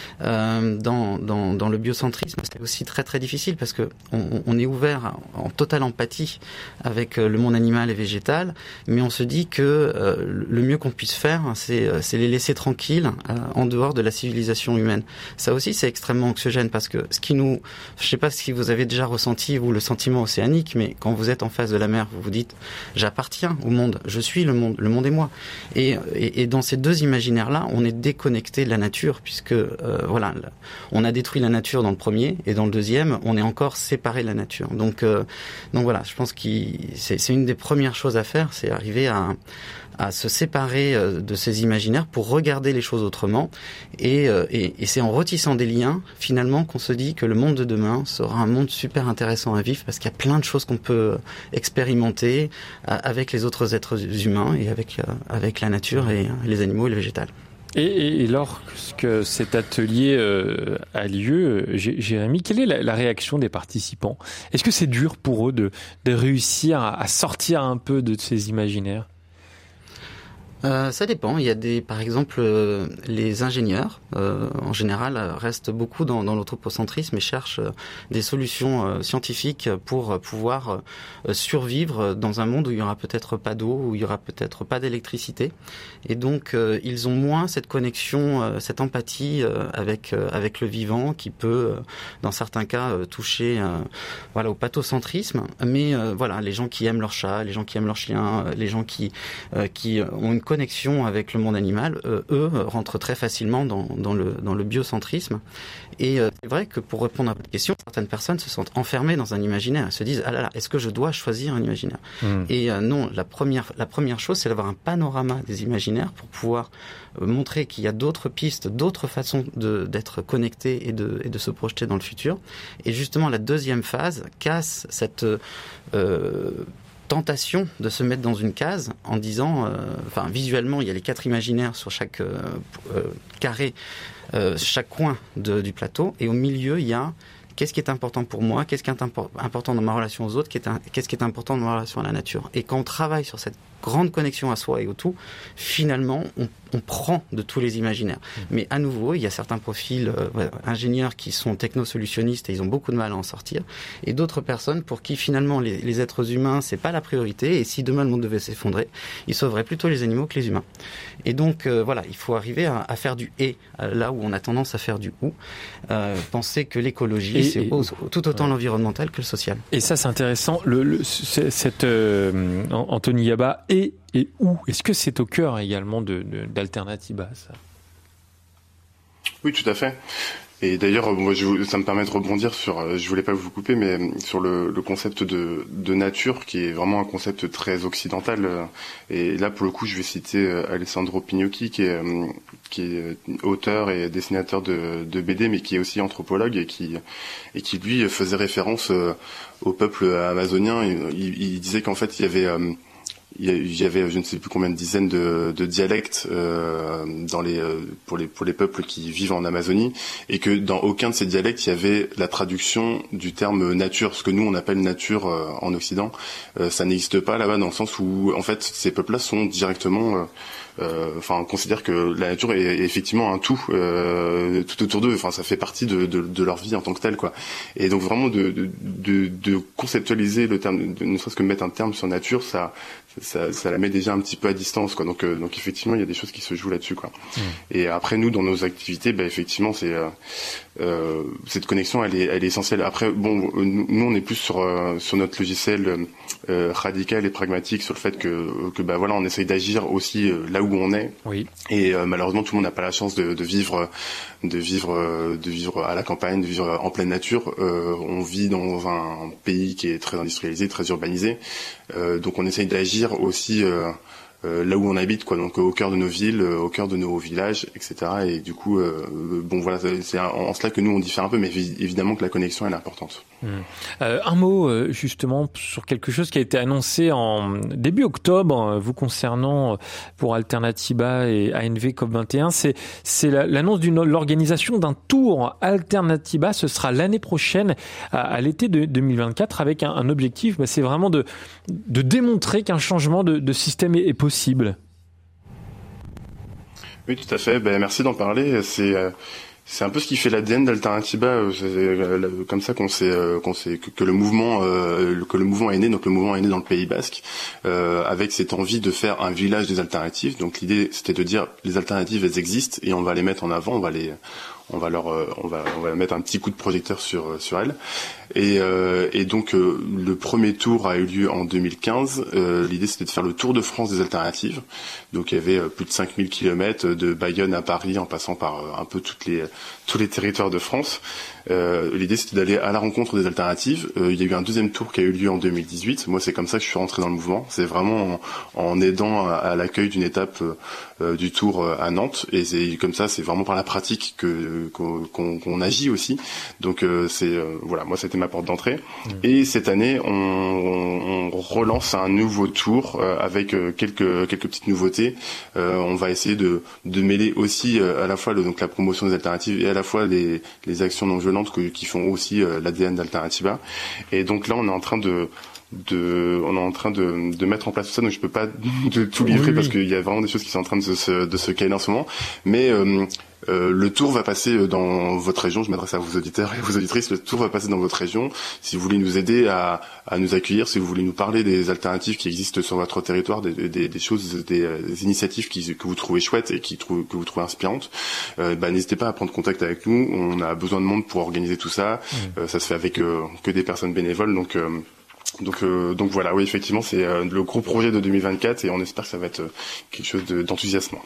Euh, dans, dans, dans le biocentrisme, c'est aussi très, très difficile parce que on, on est ouvert en totale empathie avec le monde animal et végétal, mais on se dit que euh, le mieux qu'on puisse faire, c'est, c'est les laisser tranquilles euh, en dehors de la civilisation humaine. Ça aussi, c'est extrêmement anxiogène parce que ce qui nous, je sais pas si vous avez déjà ressenti vous le sentiment océanique, mais quand vous êtes en face de la mer, vous vous dites, j'appartiens au monde, je suis le monde, le monde est moi. Et, et, et dans ces deux imaginaires-là, on est déconnecté de la nature, puisque euh, voilà, on a détruit la nature dans le premier, et dans le deuxième, on est encore séparé de la nature. Donc, euh, donc voilà, je pense que c'est, c'est une des premières choses à faire, c'est arriver à à se séparer de ces imaginaires pour regarder les choses autrement. Et, et, et c'est en retissant des liens, finalement, qu'on se dit que le monde de demain sera un monde super intéressant à vivre, parce qu'il y a plein de choses qu'on peut expérimenter avec les autres êtres humains et avec, avec la nature et les animaux et le végétal. Et, et lorsque cet atelier euh, a lieu, Jérémy, quelle est la, la réaction des participants ? Est-ce que c'est dur pour eux de, de réussir à, à sortir un peu de ces imaginaires ? Euh, ça dépend. Il y a des, par exemple, euh, les ingénieurs, euh, en général, restent beaucoup dans, dans l'anthropocentrisme et cherchent euh, des solutions euh, scientifiques pour euh, pouvoir euh, survivre dans un monde où il y aura peut-être pas d'eau, où il y aura peut-être pas d'électricité. Et donc, euh, ils ont moins cette connexion, euh, cette empathie euh, avec euh, avec le vivant, qui peut, euh, dans certains cas, euh, toucher, euh, voilà, au pathocentrisme. Mais euh, voilà, les gens qui aiment leur chat, les gens qui aiment leur chien, les gens qui euh, qui ont une connexion avec le monde animal, euh, eux, rentrent très facilement dans, dans, le, dans le biocentrisme. Et euh, c'est vrai que pour répondre à votre question, certaines personnes se sentent enfermées dans un imaginaire. Elles se disent, ah là là, est-ce que je dois choisir un imaginaire ? mmh. Et euh, non, la première, la première chose, c'est d'avoir un panorama des imaginaires pour pouvoir euh, montrer qu'il y a d'autres pistes, d'autres façons de, d'être connecté et de, et de se projeter dans le futur. Et justement, la deuxième phase casse cette... Euh, tentation de se mettre dans une case en disant, euh, enfin visuellement il y a les quatre imaginaires sur chaque euh, euh, carré, euh, chaque coin de, du plateau, et au milieu il y a qu'est-ce qui est important pour moi, qu'est-ce qui est impor- important dans ma relation aux autres, qu'est-ce qui est important dans ma relation à la nature. Et quand on travaille sur cette grande connexion à soi et au tout, finalement, on, on prend de tous les imaginaires. Mmh. Mais à nouveau, il y a certains profils euh, ouais, ingénieurs qui sont technosolutionnistes et ils ont beaucoup de mal à en sortir. Et d'autres personnes pour qui, finalement, les, les êtres humains, c'est pas la priorité. Et si demain le monde devait s'effondrer, ils sauveraient plutôt les animaux que les humains. Et donc, euh, voilà, il faut arriver à, à faire du « et », là où on a tendance à faire du « ou ». Euh, penser que l'écologie, et, c'est et, au, tout autant ouais. l'environnemental que le social. Et ça, c'est intéressant. Le, le, cette euh, Anthony Yaba, et, et où ? Est-ce que c'est au cœur également de, de, d'Alternatiba, ça ? Oui, tout à fait. Et d'ailleurs, moi, je, ça me permet de rebondir sur, je voulais pas vous couper, mais sur le, le concept de, de nature, qui est vraiment un concept très occidental. Et là, pour le coup, je vais citer Alessandro Pignocchi, qui est, qui est auteur et dessinateur de, de B D, mais qui est aussi anthropologue et qui, et qui lui faisait référence au peuple amazonien. Il, il disait qu'en fait, il y avait il y avait je ne sais plus combien de dizaines de, de dialectes euh, dans les pour les pour les peuples qui vivent en Amazonie, et que dans aucun de ces dialectes il y avait la traduction du terme nature, ce que nous on appelle nature euh, en Occident. Euh, ça n'existe pas là-bas, dans le sens où en fait ces peuples-là sont directement euh, Euh, enfin, on considère que la nature est, est effectivement un tout, euh, tout autour d'eux. Enfin, ça fait partie de, de, de leur vie en tant que telle, quoi. Et donc vraiment de, de, de, de conceptualiser le terme, de, ne serait-ce que mettre un terme sur nature, ça, ça, ça la met déjà un petit peu à distance, quoi. Donc, euh, donc effectivement, il y a des choses qui se jouent là-dessus, quoi. Mmh. Et après, nous, dans nos activités, bah, effectivement, c'est euh, euh, cette connexion, elle est, elle est essentielle. Après, bon, nous, nous on est plus sur euh, sur notre logiciel euh, radical et pragmatique, sur le fait que que bah voilà, on essaye d'agir aussi euh, là où on est. Oui. Et euh, malheureusement, tout le monde n'a pas la chance de, de vivre, de vivre, de vivre à la campagne, de vivre en pleine nature. Euh, on vit dans un pays qui est très industrialisé, très urbanisé. Euh, donc, on essaye d'agir aussi euh, euh, là où on habite, quoi. Donc, au cœur de nos villes, au cœur de nos villages, et cetera. Et du coup, euh, bon, voilà, c'est en, en cela que nous on diffère un peu, mais évidemment que la connexion elle est importante. Mmh. Euh, un mot euh, justement sur quelque chose qui a été annoncé en début octobre vous concernant pour Alternatiba et A N V COP vingt et un, c'est c'est la, l'annonce d'une l'organisation d'un tour Alternatiba. Ce sera l'année prochaine à, à l'été de deux mille vingt-quatre, avec un, un objectif, bah, c'est vraiment de de démontrer qu'un changement de, de système est, est possible. Oui, tout à fait. Ben merci d'en parler. C'est euh... C'est un peu ce qui fait l'A D N d'Alternatiba. C'est comme ça qu'on sait, qu'on sait que, que le mouvement, euh, que le mouvement est né. Donc le mouvement est né dans le Pays Basque, euh, avec cette envie de faire un village des alternatives. Donc l'idée, c'était de dire les alternatives, elles existent et on va les mettre en avant. On va les, on va leur, on va, on va mettre un petit coup de projecteur sur sur elles. Et, euh, et donc euh, le premier tour a eu lieu en deux mille quinze. Euh, l'idée, c'était de faire le tour de France des alternatives. Donc il y avait euh, plus de cinq mille kilomètres de Bayonne à Paris, en passant par euh, un peu toutes les tous les territoires de France. Euh, l'idée, c'était d'aller à la rencontre des alternatives. Euh, il y a eu un deuxième tour qui a eu lieu en deux mille dix-huit. Moi, c'est comme ça que je suis rentré dans le mouvement. C'est vraiment en, en aidant à, à l'accueil d'une étape euh, du tour à Nantes. Et c'est comme ça, c'est vraiment par la pratique que qu'on, qu'on, qu'on agit aussi. Donc euh, c'est euh, voilà, moi, c'était ma porte d'entrée. Mmh. Et cette année, on, on, on relance un nouveau tour euh, avec euh, quelques quelques petites nouveautés. Euh, on va essayer de de mêler aussi euh, à la fois le, donc la promotion des alternatives et à la fois les les actions non violentes que, qui font aussi euh, l'A D N d'Alternatiba. Et donc là, on est en train de de on est en train de de mettre en place tout ça, donc je peux pas de tout livrer, oui, parce qu'il y a vraiment des choses qui sont en train de se de se caler en ce moment, mais euh, Euh, le tour va passer dans votre région. Je m'adresse à vos auditeurs et vos auditrices. Le tour va passer dans votre région. Si vous voulez nous aider à, à nous accueillir, si vous voulez nous parler des alternatives qui existent sur votre territoire, des, des, des choses, des, des initiatives qui, que vous trouvez chouettes et qui, que vous trouvez inspirantes, euh, bah, n'hésitez pas à prendre contact avec nous. On a besoin de monde pour organiser tout ça. Mmh. Euh, ça se fait avec euh, que des personnes bénévoles. Donc euh, Donc, euh, donc voilà, oui, effectivement, c'est euh, le gros projet de deux mille vingt-quatre et on espère que ça va être euh, quelque chose de, d'enthousiasmant.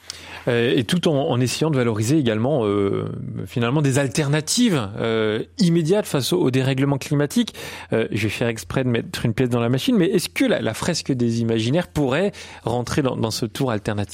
Et tout en, en essayant de valoriser également euh, finalement des alternatives euh, immédiates face au, au dérèglement climatique. Euh, je vais faire exprès de mettre une pièce dans la machine, mais est-ce que la, la fresque des imaginaires pourrait rentrer dans, dans ce tour Alternatiba ?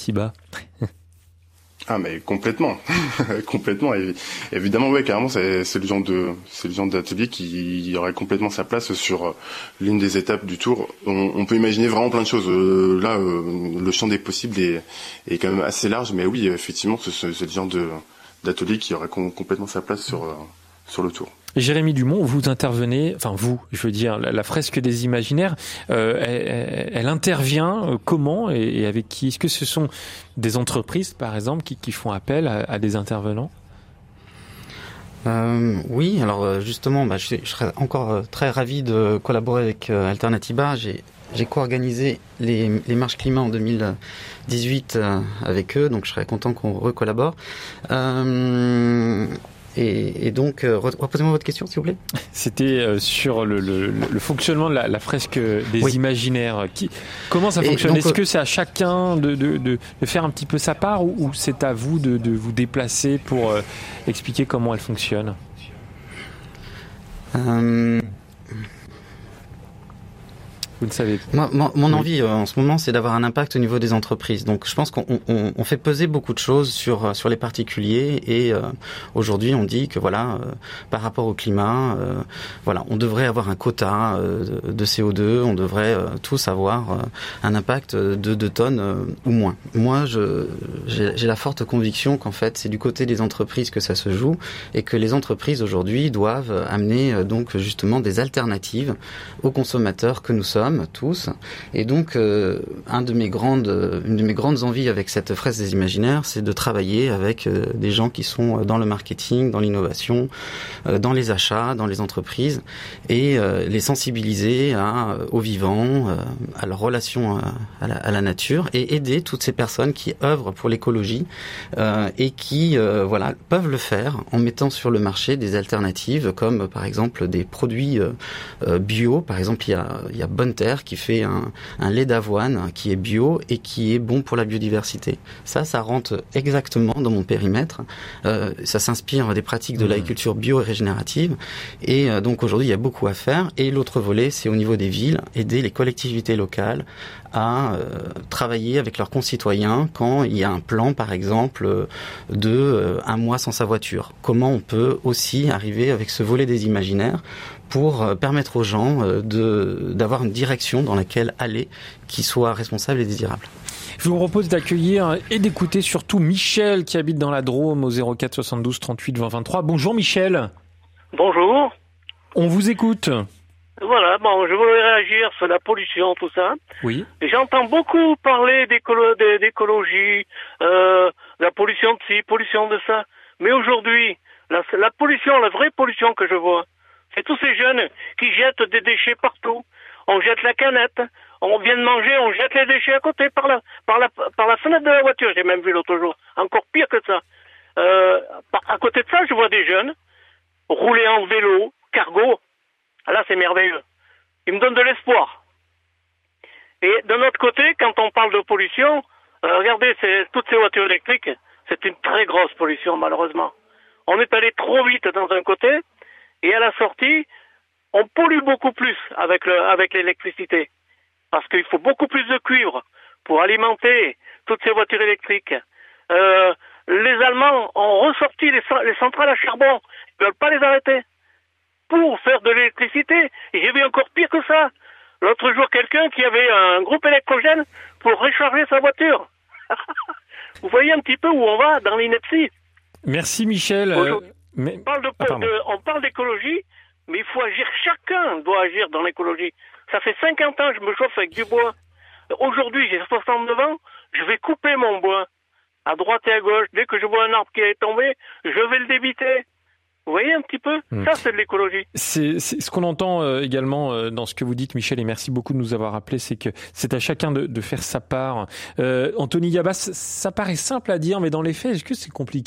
Ah mais complètement, complètement. Et, évidemment, ouais, carrément, c'est, c'est le genre de, c'est le genre d'atelier qui aurait complètement sa place sur l'une des étapes du tour. On, on peut imaginer vraiment plein de choses. Euh, là, euh, le champ des possibles est, est quand même assez large, mais oui, effectivement, c'est, c'est le genre de d'atelier qui aurait com- complètement sa place sur euh, sur le tour. Jérémy Dumont, vous intervenez, enfin vous, je veux dire, la, la fresque des imaginaires, euh, elle, elle intervient euh, comment et, et avec qui ? Est-ce que ce sont des entreprises, par exemple, qui, qui font appel à, à des intervenants ? Euh, oui, alors justement, bah, je, je serais encore très ravi de collaborer avec euh, Alternatiba. J'ai, j'ai co-organisé les, les marches climat en deux mille dix-huit euh, avec eux, donc je serais content qu'on recollabore. Euh, Et, et donc, euh, reposez-moi votre question, s'il vous plaît. C'était euh, sur le, le, le fonctionnement de la, la fresque des oui. imaginaires. Qui, comment ça fonctionne ? Donc, est-ce que c'est à chacun de, de, de, de faire un petit peu sa part ou, ou c'est à vous de, de vous déplacer pour euh, expliquer comment elle fonctionne ? euh... Vous ne savez pas. Moi, moi, mon oui. envie euh, en ce moment, c'est d'avoir un impact au niveau des entreprises. Donc, je pense qu'on on, on fait peser beaucoup de choses sur sur les particuliers. Et euh, aujourd'hui, on dit que voilà, euh, par rapport au climat, euh, voilà, on devrait avoir un quota euh, de, de C O deux. On devrait euh, tous avoir euh, un impact de deux tonnes euh, ou moins. Moi, je j'ai, j'ai la forte conviction qu'en fait, c'est du côté des entreprises que ça se joue et que les entreprises aujourd'hui doivent amener euh, donc justement des alternatives aux consommateurs que nous sommes tous. Et donc, euh, un de mes grandes, une de mes grandes envies avec cette fraise des imaginaires, c'est de travailler avec euh, des gens qui sont dans le marketing, dans l'innovation, euh, dans les achats, dans les entreprises, et euh, les sensibiliser à, au vivant, euh, à leur relation à, à, la, à la nature, et aider toutes ces personnes qui œuvrent pour l'écologie euh, et qui, euh, voilà, peuvent le faire en mettant sur le marché des alternatives, comme par exemple des produits euh, euh, bio. Par exemple, il y a, il y a Bonne Terre qui fait un, un lait d'avoine qui est bio et qui est bon pour la biodiversité. Ça, ça rentre exactement dans mon périmètre. Euh, ça s'inspire des pratiques de l'agriculture bio et régénérative. Et euh, donc aujourd'hui, il y a beaucoup à faire. Et l'autre volet, c'est au niveau des villes, aider les collectivités locales à euh, travailler avec leurs concitoyens quand il y a un plan, par exemple, de euh, un mois sans sa voiture. Comment on peut aussi arriver avec ce volet des imaginaires pour euh, permettre aux gens euh, de d'avoir une direction dans laquelle aller qui soit responsable et désirable. Je vous propose d'accueillir et d'écouter surtout Michel qui habite dans la Drôme au zéro quatre soixante-douze trente-huit vingt vingt-trois. Bonjour Michel. Bonjour. On vous écoute. Voilà, bon, je voulais réagir sur la pollution, tout ça. Oui. Et j'entends beaucoup parler d'écolo- d'écologie, euh, la pollution de ci, pollution de ça. Mais aujourd'hui, la, la pollution, la vraie pollution que je vois, c'est tous ces jeunes qui jettent des déchets partout. On jette la canette, on vient de manger, on jette les déchets à côté par la, par la, par la fenêtre de la voiture. J'ai même vu l'autre jour. Encore pire que ça. Euh, à côté de ça, je vois des jeunes rouler en vélo, cargo. Là, c'est merveilleux. Il me donne de l'espoir. Et de notre côté, quand on parle de pollution, euh, regardez, c'est, toutes ces voitures électriques, c'est une très grosse pollution, malheureusement. On est allé trop vite dans un côté, et à la sortie, on pollue beaucoup plus avec, le, avec l'électricité. Parce qu'il faut beaucoup plus de cuivre pour alimenter toutes ces voitures électriques. Euh, les Allemands ont ressorti les, les centrales à charbon. Ils ne veulent pas les arrêter pour faire de l'électricité. Et j'ai vu encore pire que ça. L'autre jour, quelqu'un qui avait un groupe électrogène pour recharger sa voiture. Vous voyez un petit peu où on va dans l'ineptie. Merci Michel. Euh, mais... on, parle de, ah, de, on parle d'écologie, mais il faut agir. Chacun doit agir dans l'écologie. Ça fait cinquante ans que je me chauffe avec du bois. Aujourd'hui, j'ai soixante-neuf ans, je vais couper mon bois. À droite et à gauche, dès que je vois un arbre qui est tombé, je vais le débiter. Vous voyez un petit peu, mmh. Ça c'est de l'écologie. C'est, c'est ce qu'on entend euh, également euh, dans ce que vous dites, Michel, et merci beaucoup de nous avoir rappelé, c'est que c'est à chacun de, de faire sa part. Euh, Anthony Yabas, ça paraît simple à dire, mais dans les faits, est-ce que c'est compliqué ?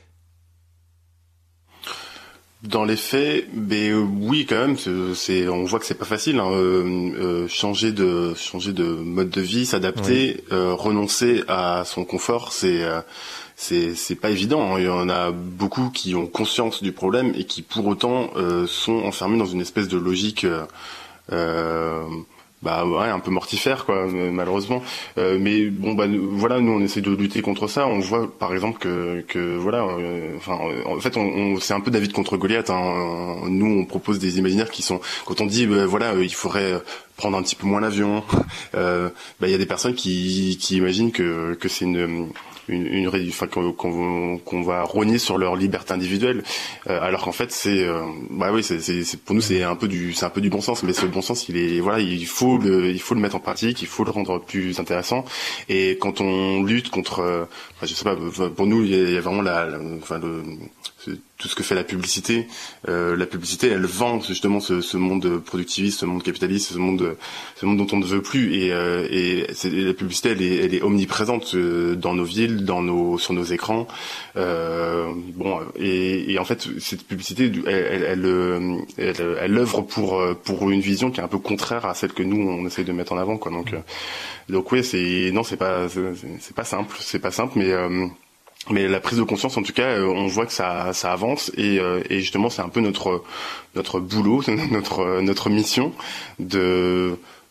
Dans les faits, mais euh, oui quand même, c'est, c'est, on voit que c'est pas facile. Hein, euh, euh, changer de changer de mode de vie, s'adapter, oui. euh, renoncer à son confort, c'est euh, c'est c'est pas évident. Il y en a beaucoup qui ont conscience du problème et qui pour autant euh, sont enfermés dans une espèce de logique euh, euh, bah ouais, un peu mortifère quoi, malheureusement. Euh, mais bon bah voilà, nous on essaie de lutter contre ça. On voit par exemple que que voilà, euh, enfin en fait on, on c'est un peu David contre Goliath. Hein. Nous on propose des imaginaires qui sont, quand on dit bah, voilà euh, il faudrait prendre un petit peu moins l'avion, euh, bah il y a des personnes qui qui imaginent que que c'est une une, une enfin qu'on, qu'on, qu'on va rogner sur leur liberté individuelle, euh, alors qu'en fait c'est euh, bah oui c'est, c'est, c'est pour nous c'est un peu du c'est un peu du bon sens, mais ce bon sens il est voilà il faut le il faut le mettre en pratique, il faut le rendre plus intéressant. Et quand on lutte contre euh, enfin, je sais pas, pour nous il y a, il y a vraiment la, la enfin le tout ce que fait la publicité. Euh, la publicité, elle vend justement ce, ce monde productiviste, ce monde capitaliste, ce monde, ce monde dont on ne veut plus. Et, euh, et c'est, la publicité, elle est, elle est omniprésente dans nos villes, dans nos, sur nos écrans. Euh, bon, et, et en fait, cette publicité, elle, elle, elle, elle, elle œuvre pour pour une vision qui est un peu contraire à celle que nous on essaye de mettre en avant, quoi. Donc, euh, donc oui, c'est non, c'est pas, c'est, c'est pas simple, c'est pas simple, mais euh, Mais la prise de conscience, en tout cas, on voit que ça, ça avance et, et justement, c'est un peu notre notre boulot, notre notre mission de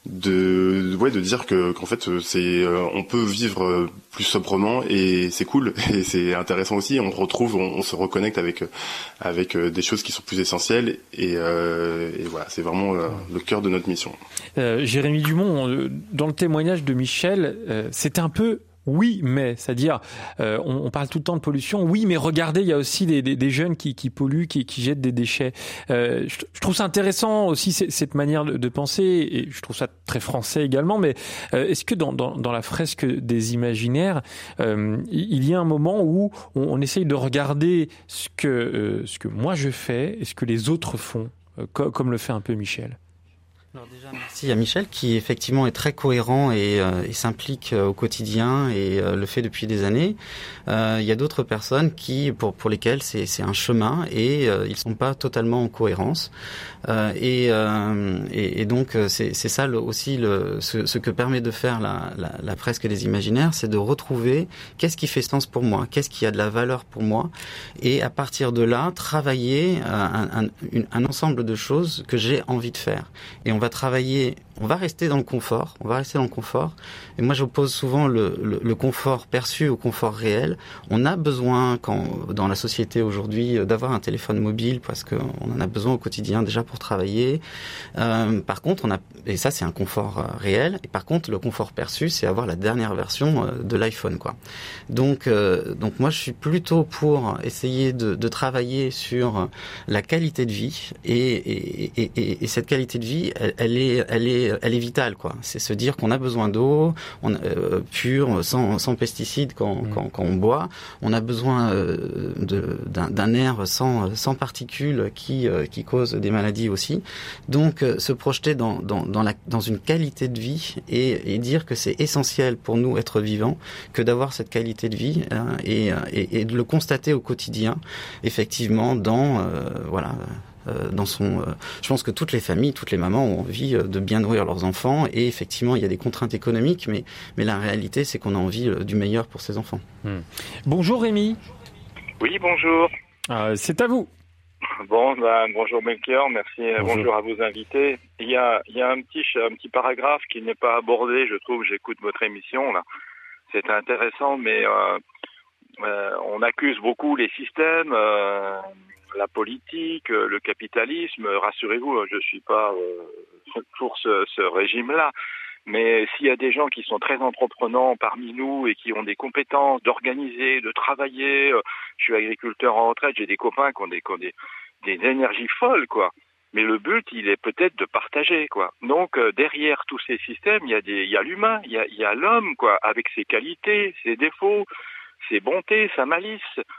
de ouais de dire que qu'en fait c'est euh, on peut vivre plus sobrement et c'est cool et c'est intéressant aussi. On retrouve, on, on se reconnecte avec avec des choses qui sont plus essentielles et, euh, et voilà, c'est vraiment euh, le cœur de notre mission. Euh, Jérémy Dumont, dans le témoignage de Michel, euh, c'est un peu oui, mais, c'est-à-dire, euh, on, on parle tout le temps de pollution. Oui, mais regardez, il y a aussi des, des, des jeunes qui, qui polluent, qui, qui jettent des déchets. Euh, je, je trouve ça intéressant aussi cette manière de, de penser, et je trouve ça très français également. Mais euh, est-ce que dans, dans, dans la fresque des imaginaires, euh, il y a un moment où on, on essaye de regarder ce que euh, ce que moi je fais et ce que les autres font, euh, comme, comme le fait un peu Michel? Alors déjà, merci à Michel qui effectivement est très cohérent et, euh, et s'implique euh, au quotidien et euh, le fait depuis des années. Euh, il y a d'autres personnes qui, pour pour lesquelles c'est c'est un chemin et euh, ils sont pas totalement en cohérence. Euh, et, euh, et et donc c'est c'est ça le, aussi le ce, ce que permet de faire la, la la fresque des imaginaires, c'est de retrouver qu'est-ce qui fait sens pour moi, qu'est-ce qui a de la valeur pour moi, et à partir de là travailler un un, un, un ensemble de choses que j'ai envie de faire. Et on va travailler, on va rester dans le confort, on va rester dans le confort. Et moi, j'oppose souvent le, le, le confort perçu au confort réel. On a besoin, quand dans la société aujourd'hui, d'avoir un téléphone mobile parce qu'on en a besoin au quotidien déjà pour travailler. Euh, par contre, on a, et ça, c'est un confort euh, réel. Et par contre, le confort perçu, c'est avoir la dernière version euh, de l'iPhone, quoi. Donc, euh, donc moi, je suis plutôt pour essayer de, de travailler sur la qualité de vie et, et, et, et, et cette qualité de vie, elle, elle est, elle est, elle est vitale, quoi. C'est se dire qu'on a besoin d'eau, on, euh, pure, sans, sans pesticides quand, mmh. quand, quand on boit. On a besoin euh, de, d'un, d'un air sans, sans particules qui, euh, qui causent des maladies aussi. Donc, euh, se projeter dans, dans, dans, la, dans une qualité de vie et, et dire que c'est essentiel pour nous, être vivants, que d'avoir cette qualité de vie hein, et, et, et de le constater au quotidien, effectivement, dans, euh, voilà. Euh, dans son, euh, je pense que toutes les familles, toutes les mamans ont envie euh, de bien nourrir leurs enfants et effectivement il y a des contraintes économiques, mais mais la réalité c'est qu'on a envie euh, du meilleur pour ses enfants. Mmh. Bonjour Rémi. Oui, bonjour. Euh, c'est à vous. Bon, ben, bonjour Melchior, merci, bonjour. bonjour à vos invités. Il y a il y a un petit un petit paragraphe qui n'est pas abordé, je trouve. J'écoute votre émission là, c'est intéressant, mais euh, euh, on accuse beaucoup les systèmes. Euh, la politique, le capitalisme, rassurez-vous, je suis pas euh, pour ce, ce régime-là, mais s'il y a des gens qui sont très entreprenants parmi nous et qui ont des compétences d'organiser, de travailler, euh, je suis agriculteur en retraite, j'ai des copains qui ont des, qui ont des, des énergies folles, quoi. Mais le but, il est peut-être de partager, quoi. Donc, euh, derrière tous ces systèmes, il y a des, il y a l'humain, il y a, il y a l'homme, quoi, avec ses qualités, ses défauts, ses bontés, sa malice.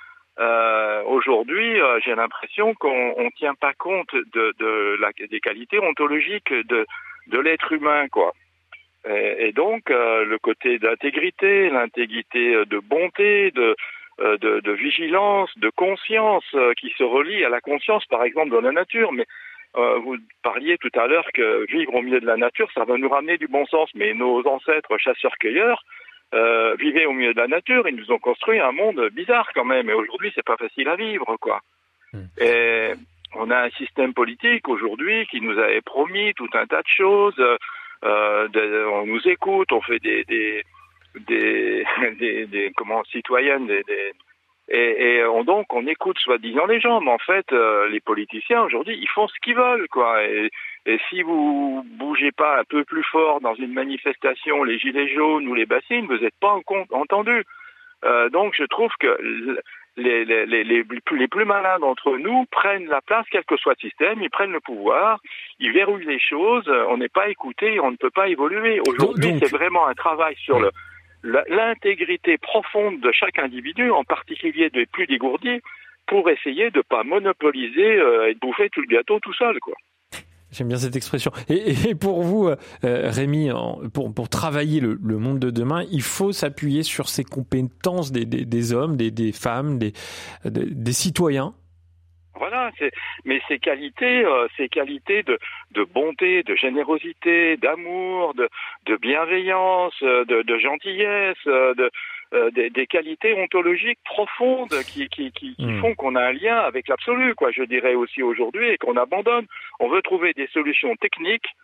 Euh, aujourd'hui, euh, j'ai l'impression qu'on on tient pas compte de, de la, des qualités ontologiques de, de l'être humain, quoi. Et, et donc, euh, le côté d'intégrité, l'intégrité de bonté, de, de, de vigilance, de conscience, euh, qui se relie à la conscience, par exemple, dans la nature. Mais euh, vous parliez tout à l'heure que vivre au milieu de la nature, ça va nous ramener du bon sens. Mais nos ancêtres chasseurs-cueilleurs, Euh, vivaient au milieu de la nature, ils nous ont construit un monde bizarre quand même, et aujourd'hui c'est pas facile à vivre, quoi. Mmh. Et on a un système politique aujourd'hui qui nous avait promis tout un tas de choses, euh, de, on nous écoute, on fait des des des, des, des comment citoyennes, des, des et, et on, donc on écoute soi-disant les gens, mais en fait euh, les politiciens aujourd'hui ils font ce qu'ils veulent, quoi. Et, et si vous bougez pas un peu plus fort dans une manifestation, les gilets jaunes ou les bassines, vous n'êtes pas en compte, entendus. Euh, donc je trouve que les, les, les, les, plus, les plus malins d'entre nous prennent la place, quel que soit le système, ils prennent le pouvoir, ils verrouillent les choses, on n'est pas écouté, on ne peut pas évoluer. Aujourd'hui, donc, c'est vraiment un travail sur le l'intégrité profonde de chaque individu, en particulier des plus dégourdis, pour essayer de ne pas monopoliser euh, et de bouffer tout le gâteau tout seul, quoi. J'aime bien cette expression. Et, et pour vous, euh, Rémi, pour, pour travailler le, le monde de demain, il faut s'appuyer sur ces compétences des, des, des hommes, des, des femmes, des, des, des citoyens. Voilà, c'est, mais ces qualités, euh, ces qualités de, de bonté, de générosité, d'amour, de, de bienveillance, de, de gentillesse, de, euh, des, des qualités ontologiques profondes qui, qui, qui, qui mmh. font qu'on a un lien avec l'absolu, quoi. Je dirais aussi aujourd'hui, et qu'on abandonne. On veut trouver des solutions techniques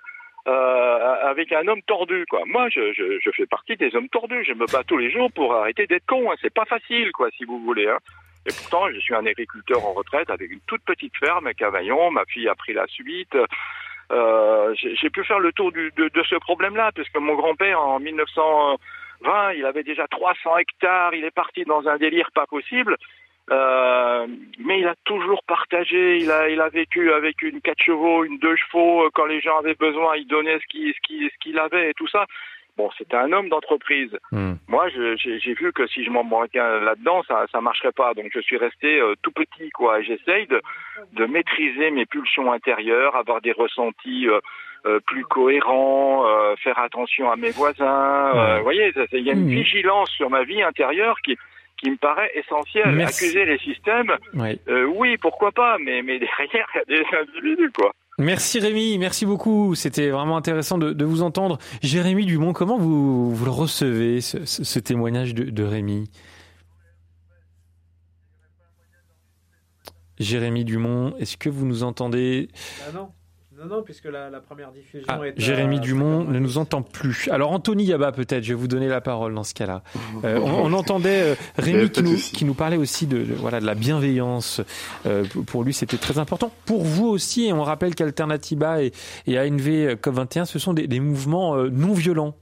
euh, avec un homme tordu, quoi. Moi, je, je, je fais partie des hommes tordus. Je me bats tous les jours pour arrêter d'être con. Hein. C'est pas facile, quoi, si vous voulez. Hein. Et pourtant, je suis un agriculteur en retraite avec une toute petite ferme à Cavaillon. Ma fille a pris la suite. Euh, j'ai, j'ai pu faire le tour du, de, de ce problème-là, puisque mon grand-père, en mille neuf cent vingt, il avait déjà trois cents hectares. Il est parti dans un délire pas possible. Euh, mais il a toujours partagé. Il a, il a vécu avec une quatre chevaux, une deux chevaux. Quand les gens avaient besoin, il donnait ce qu'il, ce qu'il, ce qu'il avait et tout ça. Bon, c'était un homme d'entreprise. Mmh. Moi, je, j'ai, j'ai vu que si je m'embarquais là-dedans, ça, ça marcherait pas. Donc, je suis resté euh, tout petit, quoi. Et j'essaye de, de maîtriser mes pulsions intérieures, avoir des ressentis euh, euh, plus cohérents, euh, faire attention à mes voisins. Euh, vous voyez, il y a une mmh. vigilance sur ma vie intérieure qui qui me paraît essentielle. Merci. Accuser les systèmes, oui, euh, oui pourquoi pas, mais, mais derrière, il y a des individus, quoi. Merci Rémi, merci beaucoup. C'était vraiment intéressant de, de vous entendre. Jérémy Dumont, comment vous, vous le recevez, ce, ce, ce témoignage de, de Rémi ? Jérémy Dumont, est-ce que vous nous entendez ? Ah non. Non, non, puisque la, la première diffusion ah, est... Jérémy à... Dumont ne nous entend plus. Alors Anthony Yaba, peut-être, je vais vous donner la parole dans ce cas-là. Euh, on, on entendait euh, Rémi qui nous, qui nous parlait aussi de, de, voilà, de la bienveillance. Euh, pour lui, c'était très important. Pour vous aussi, et on rappelle qu'Alternativa et, et A N V C O P vingt et un, ce sont des, des mouvements euh, non violents.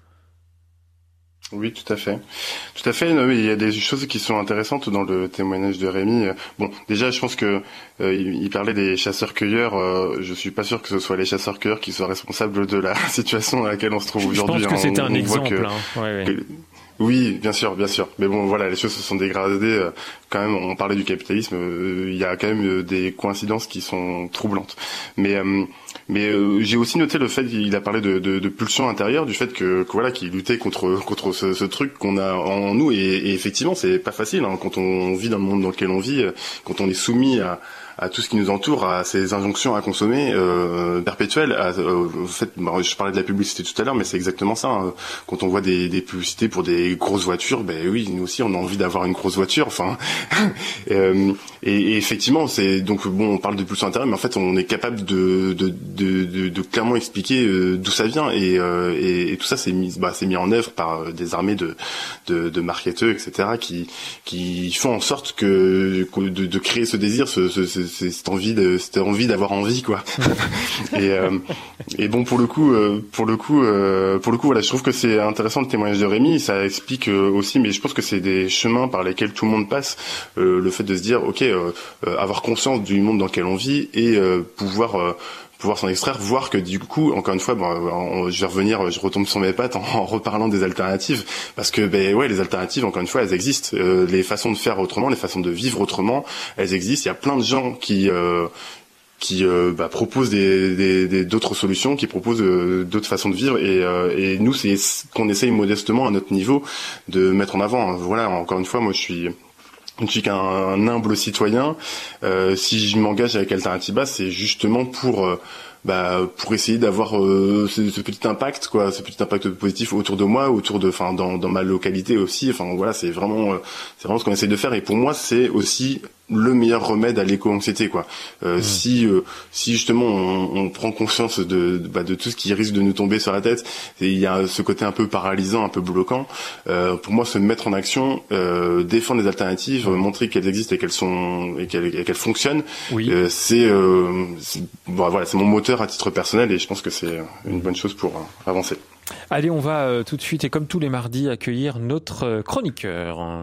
Oui, tout à fait. Tout à fait. Il y a des choses qui sont intéressantes dans le témoignage de Rémi. Bon, déjà, je pense que euh, il, il parlait des chasseurs-cueilleurs. Euh, je suis pas sûr que ce soit les chasseurs-cueilleurs qui soient responsables de la situation dans laquelle on se trouve aujourd'hui. Je pense que hein. c'était on, un on exemple. Que, hein. Ouais, ouais. Que, oui, bien sûr, bien sûr. Mais bon, voilà, les choses se sont dégradées. Quand même, on parlait du capitalisme. Euh, il y a quand même des coïncidences qui sont troublantes. Mais euh, mais euh, j'ai aussi noté le fait qu'il a parlé de, de, de pulsion intérieure, du fait que, que voilà, qu'il luttait contre contre ce, ce truc qu'on a en nous. Et, et effectivement, c'est pas facile hein, quand on vit dans le monde dans lequel on vit, quand on est soumis à à tout ce qui nous entoure, à ces injonctions à consommer euh, perpétuelles. À, euh, en fait, bah, je parlais de la publicité tout à l'heure, mais c'est exactement ça. Hein. Quand on voit des, des publicités pour des grosses voitures, ben oui, nous aussi, on a envie d'avoir une grosse voiture. Enfin, et, euh, et, et effectivement, c'est donc bon, on parle de pulsion intérieure, mais en fait, on est capable de de de, de, de clairement expliquer euh, d'où ça vient, et, euh, et, et tout ça, c'est mis, bah, c'est mis en œuvre par des armées de de, de marketeurs, et cetera, qui qui font en sorte que de, de créer ce désir, ce, ce, ce c'est cette envie de cette envie d'avoir envie quoi. et euh, et bon pour le coup euh, pour le coup euh, pour le coup voilà, je trouve que c'est intéressant le témoignage de Rémi, ça explique euh, aussi, mais je pense que c'est des chemins par lesquels tout le monde passe, euh, le fait de se dire OK, euh, euh, avoir conscience du monde dans lequel on vit et euh, pouvoir euh, pouvoir s'en extraire, voir que du coup, encore une fois, bon, je vais revenir, je retombe sur mes pattes en, en reparlant des alternatives, parce que ben ouais, les alternatives, encore une fois, elles existent. Euh, les façons de faire autrement, les façons de vivre autrement, elles existent. Il y a plein de gens qui euh, qui euh, bah, proposent des, des, des, d'autres solutions, qui proposent euh, d'autres façons de vivre, et, euh, et nous, c'est ce qu'on essaye modestement à notre niveau de mettre en avant. Voilà, encore une fois, moi, je suis Je ne suis qu'un un humble citoyen. Euh, si je m'engage avec Alternativa, c'est justement pour euh, bah pour essayer d'avoir euh, ce, ce petit impact, quoi, ce petit impact positif autour de moi, autour de, enfin dans dans ma localité aussi. Enfin voilà, c'est vraiment euh, c'est vraiment ce qu'on essaie de faire. Et pour moi, c'est aussi le meilleur remède à l'éco-anxiété, quoi. Euh, mmh. Si euh, si justement on, on prend conscience de de, bah, de tout ce qui risque de nous tomber sur la tête, et il y a ce côté un peu paralysant, un peu bloquant. Euh, pour moi, se mettre en action, euh, défendre les alternatives, montrer qu'elles existent et qu'elles sont et qu'elles, et qu'elles fonctionnent, oui. euh, c'est, euh, c'est bon, voilà, c'est mon moteur à titre personnel, et je pense que c'est une bonne chose pour euh, avancer. Allez, on va euh, tout de suite, et comme tous les mardis, accueillir notre euh, chroniqueur.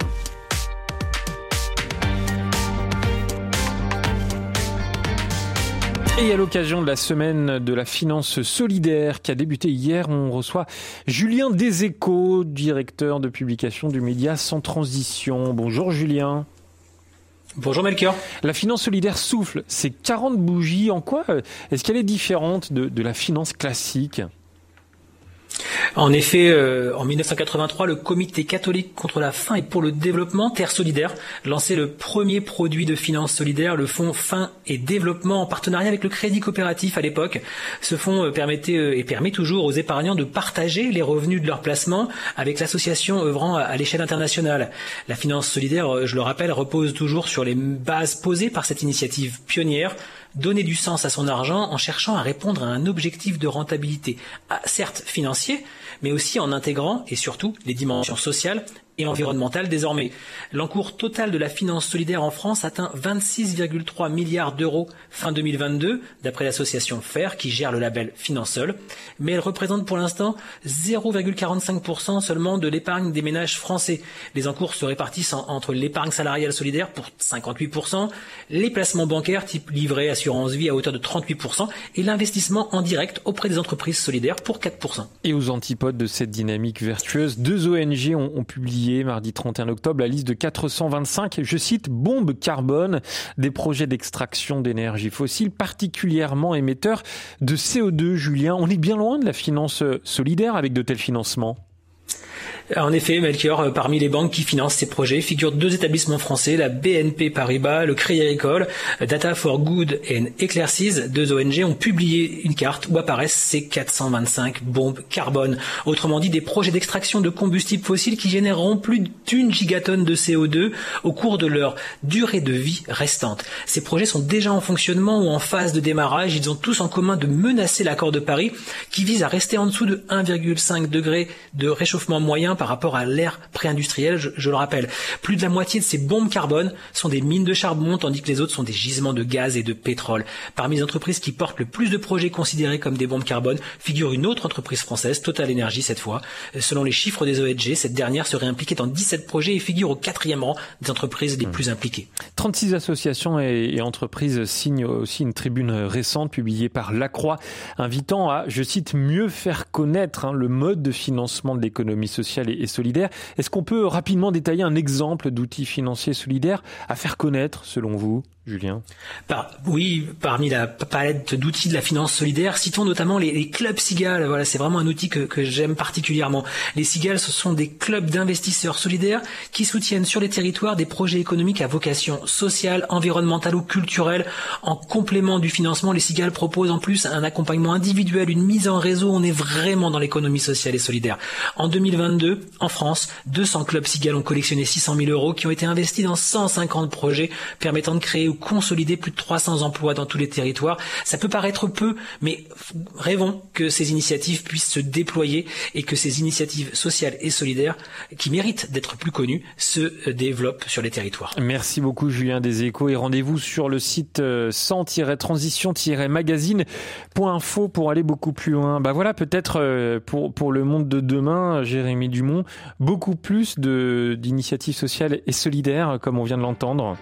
Et à l'occasion de la semaine de la finance solidaire qui a débuté hier, on reçoit Julien Deséco, directeur de publication du média Sans Transition. Bonjour Julien. Bonjour Melchior. La finance solidaire souffle, c'est quarante bougies. En quoi est-ce qu'elle est différente de, de la finance classique ? En effet, euh, en mille neuf cent quatre-vingt-trois, le Comité catholique contre la faim et pour le développement, Terre solidaire, lançait le premier produit de finance solidaire, le fonds Faim et Développement, en partenariat avec le Crédit Coopératif à l'époque. Ce fonds permettait euh, et permet toujours aux épargnants de partager les revenus de leur placement avec l'association œuvrant à, à l'échelle internationale. La finance solidaire, je le rappelle, repose toujours sur les bases posées par cette initiative pionnière. Donner du sens à son argent en cherchant à répondre à un objectif de rentabilité, certes financier, mais aussi en intégrant, et surtout, les dimensions sociales et environnementales désormais. L'encours total de la finance solidaire en France atteint vingt-six virgule trois milliards d'euros fin deux mille vingt-deux, d'après l'association F A I R qui gère le label Finansol, mais elle représente pour l'instant zéro virgule quarante-cinq pour cent seulement de l'épargne des ménages français. Les encours se répartissent en, entre l'épargne salariale solidaire pour cinquante-huit pour cent, les placements bancaires type livret, assurance vie à hauteur de trente-huit pour cent et l'investissement en direct auprès des entreprises solidaires pour quatre pour cent. Et aux antipodes de cette dynamique vertueuse, deux O N G ont, ont publié mardi trente et un octobre la liste de quatre cent vingt-cinq, je cite, bombes carbone, des projets d'extraction d'énergie fossile particulièrement émetteurs de C O deux. Julien, on est bien loin de la finance solidaire avec de tels financements. En effet, Melchior, parmi les banques qui financent ces projets figurent deux établissements français, la B N P Paribas, le Crédit Agricole, Data for Good et Eclaircis, deux O N G ont publié une carte où apparaissent ces quatre cent vingt-cinq bombes carbone. Autrement dit, des projets d'extraction de combustibles fossiles qui généreront plus d'une gigatonne de C O deux au cours de leur durée de vie restante. Ces projets sont déjà en fonctionnement ou en phase de démarrage. Ils ont tous en commun de menacer l'accord de Paris qui vise à rester en dessous de un virgule cinq degré de réchauffement moyen par rapport à l'ère pré-industrielle, je, je le rappelle. Plus de la moitié de ces bombes carbone sont des mines de charbon, tandis que les autres sont des gisements de gaz et de pétrole. Parmi les entreprises qui portent le plus de projets considérés comme des bombes carbone, figure une autre entreprise française, Total Energy cette fois. Selon les chiffres des O N G, cette dernière serait impliquée dans dix-sept projets et figure au quatrième rang des entreprises les plus impliquées. trente-six associations et, et entreprises signent aussi une tribune récente publiée par La Croix, invitant à, je cite, mieux faire connaître hein, le mode de financement de l'économie sociale et, et solidaire. Est-ce qu'on peut rapidement détailler un exemple d'outil financier solidaire à faire connaître, selon vous, Julien? Par, oui, parmi la palette d'outils de la finance solidaire, citons notamment les, les clubs Cigales. Voilà, c'est vraiment un outil que, que j'aime particulièrement. Les Cigales, ce sont des clubs d'investisseurs solidaires qui soutiennent sur les territoires des projets économiques à vocation sociale, environnementale ou culturelle. En complément du financement, les Cigales proposent en plus un accompagnement individuel, une mise en réseau. On est vraiment dans l'économie sociale et solidaire. En deux mille vingt-deux, en France, deux cents clubs Cigales ont collectionné six cent mille euros qui ont été investis dans cent cinquante projets permettant de créer ou consolider plus de trois cents emplois dans tous les territoires. Ça peut paraître peu, mais rêvons que ces initiatives puissent se déployer et que ces initiatives sociales et solidaires, qui méritent d'être plus connues, se développent sur les territoires. Merci beaucoup Julien des Échos et rendez-vous sur le site cent transition magazine point info pour aller beaucoup plus loin. Bah voilà, peut-être pour, pour le monde de demain, Jérémy Dumont, beaucoup plus de, d'initiatives sociales et solidaires comme on vient de l'entendre.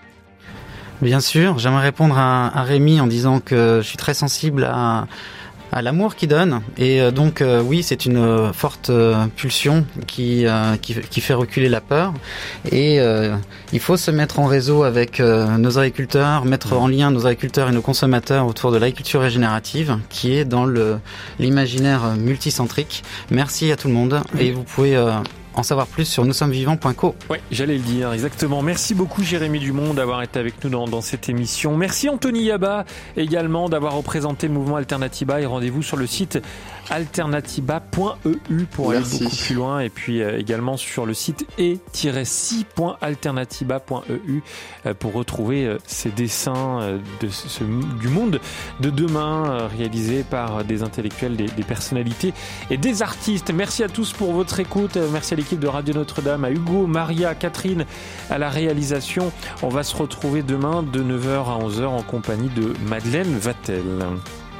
Bien sûr, j'aimerais répondre à, à Rémi en disant que je suis très sensible à, à l'amour qu'il donne et donc euh, oui, c'est une forte euh, pulsion qui, euh, qui qui fait reculer la peur et euh, il faut se mettre en réseau avec euh, nos agriculteurs, mettre en lien nos agriculteurs et nos consommateurs autour de l'agriculture régénérative qui est dans le l'imaginaire multicentrique. Merci à tout le monde et vous pouvez euh, en savoir plus sur nous sommes vivants point co. Oui, j'allais le dire, exactement. Merci beaucoup Jérémy Dumont d'avoir été avec nous dans, dans cette émission. Merci Anthony Yaba également d'avoir représenté le mouvement Alternatiba et rendez-vous sur le site alternatiba point e u pour aller Merci. beaucoup plus loin et puis euh, également sur le site e tiret si point alternatiba point e u euh, pour retrouver euh, ces dessins euh, de ce, du monde de demain euh, réalisés par des intellectuels, des, des personnalités et des artistes. Merci à tous pour votre écoute. Merci à l'équipe de Radio Notre-Dame, à Hugo, Maria, Catherine à la réalisation. On va se retrouver demain de neuf heures à onze heures en compagnie de Madeleine Vatel.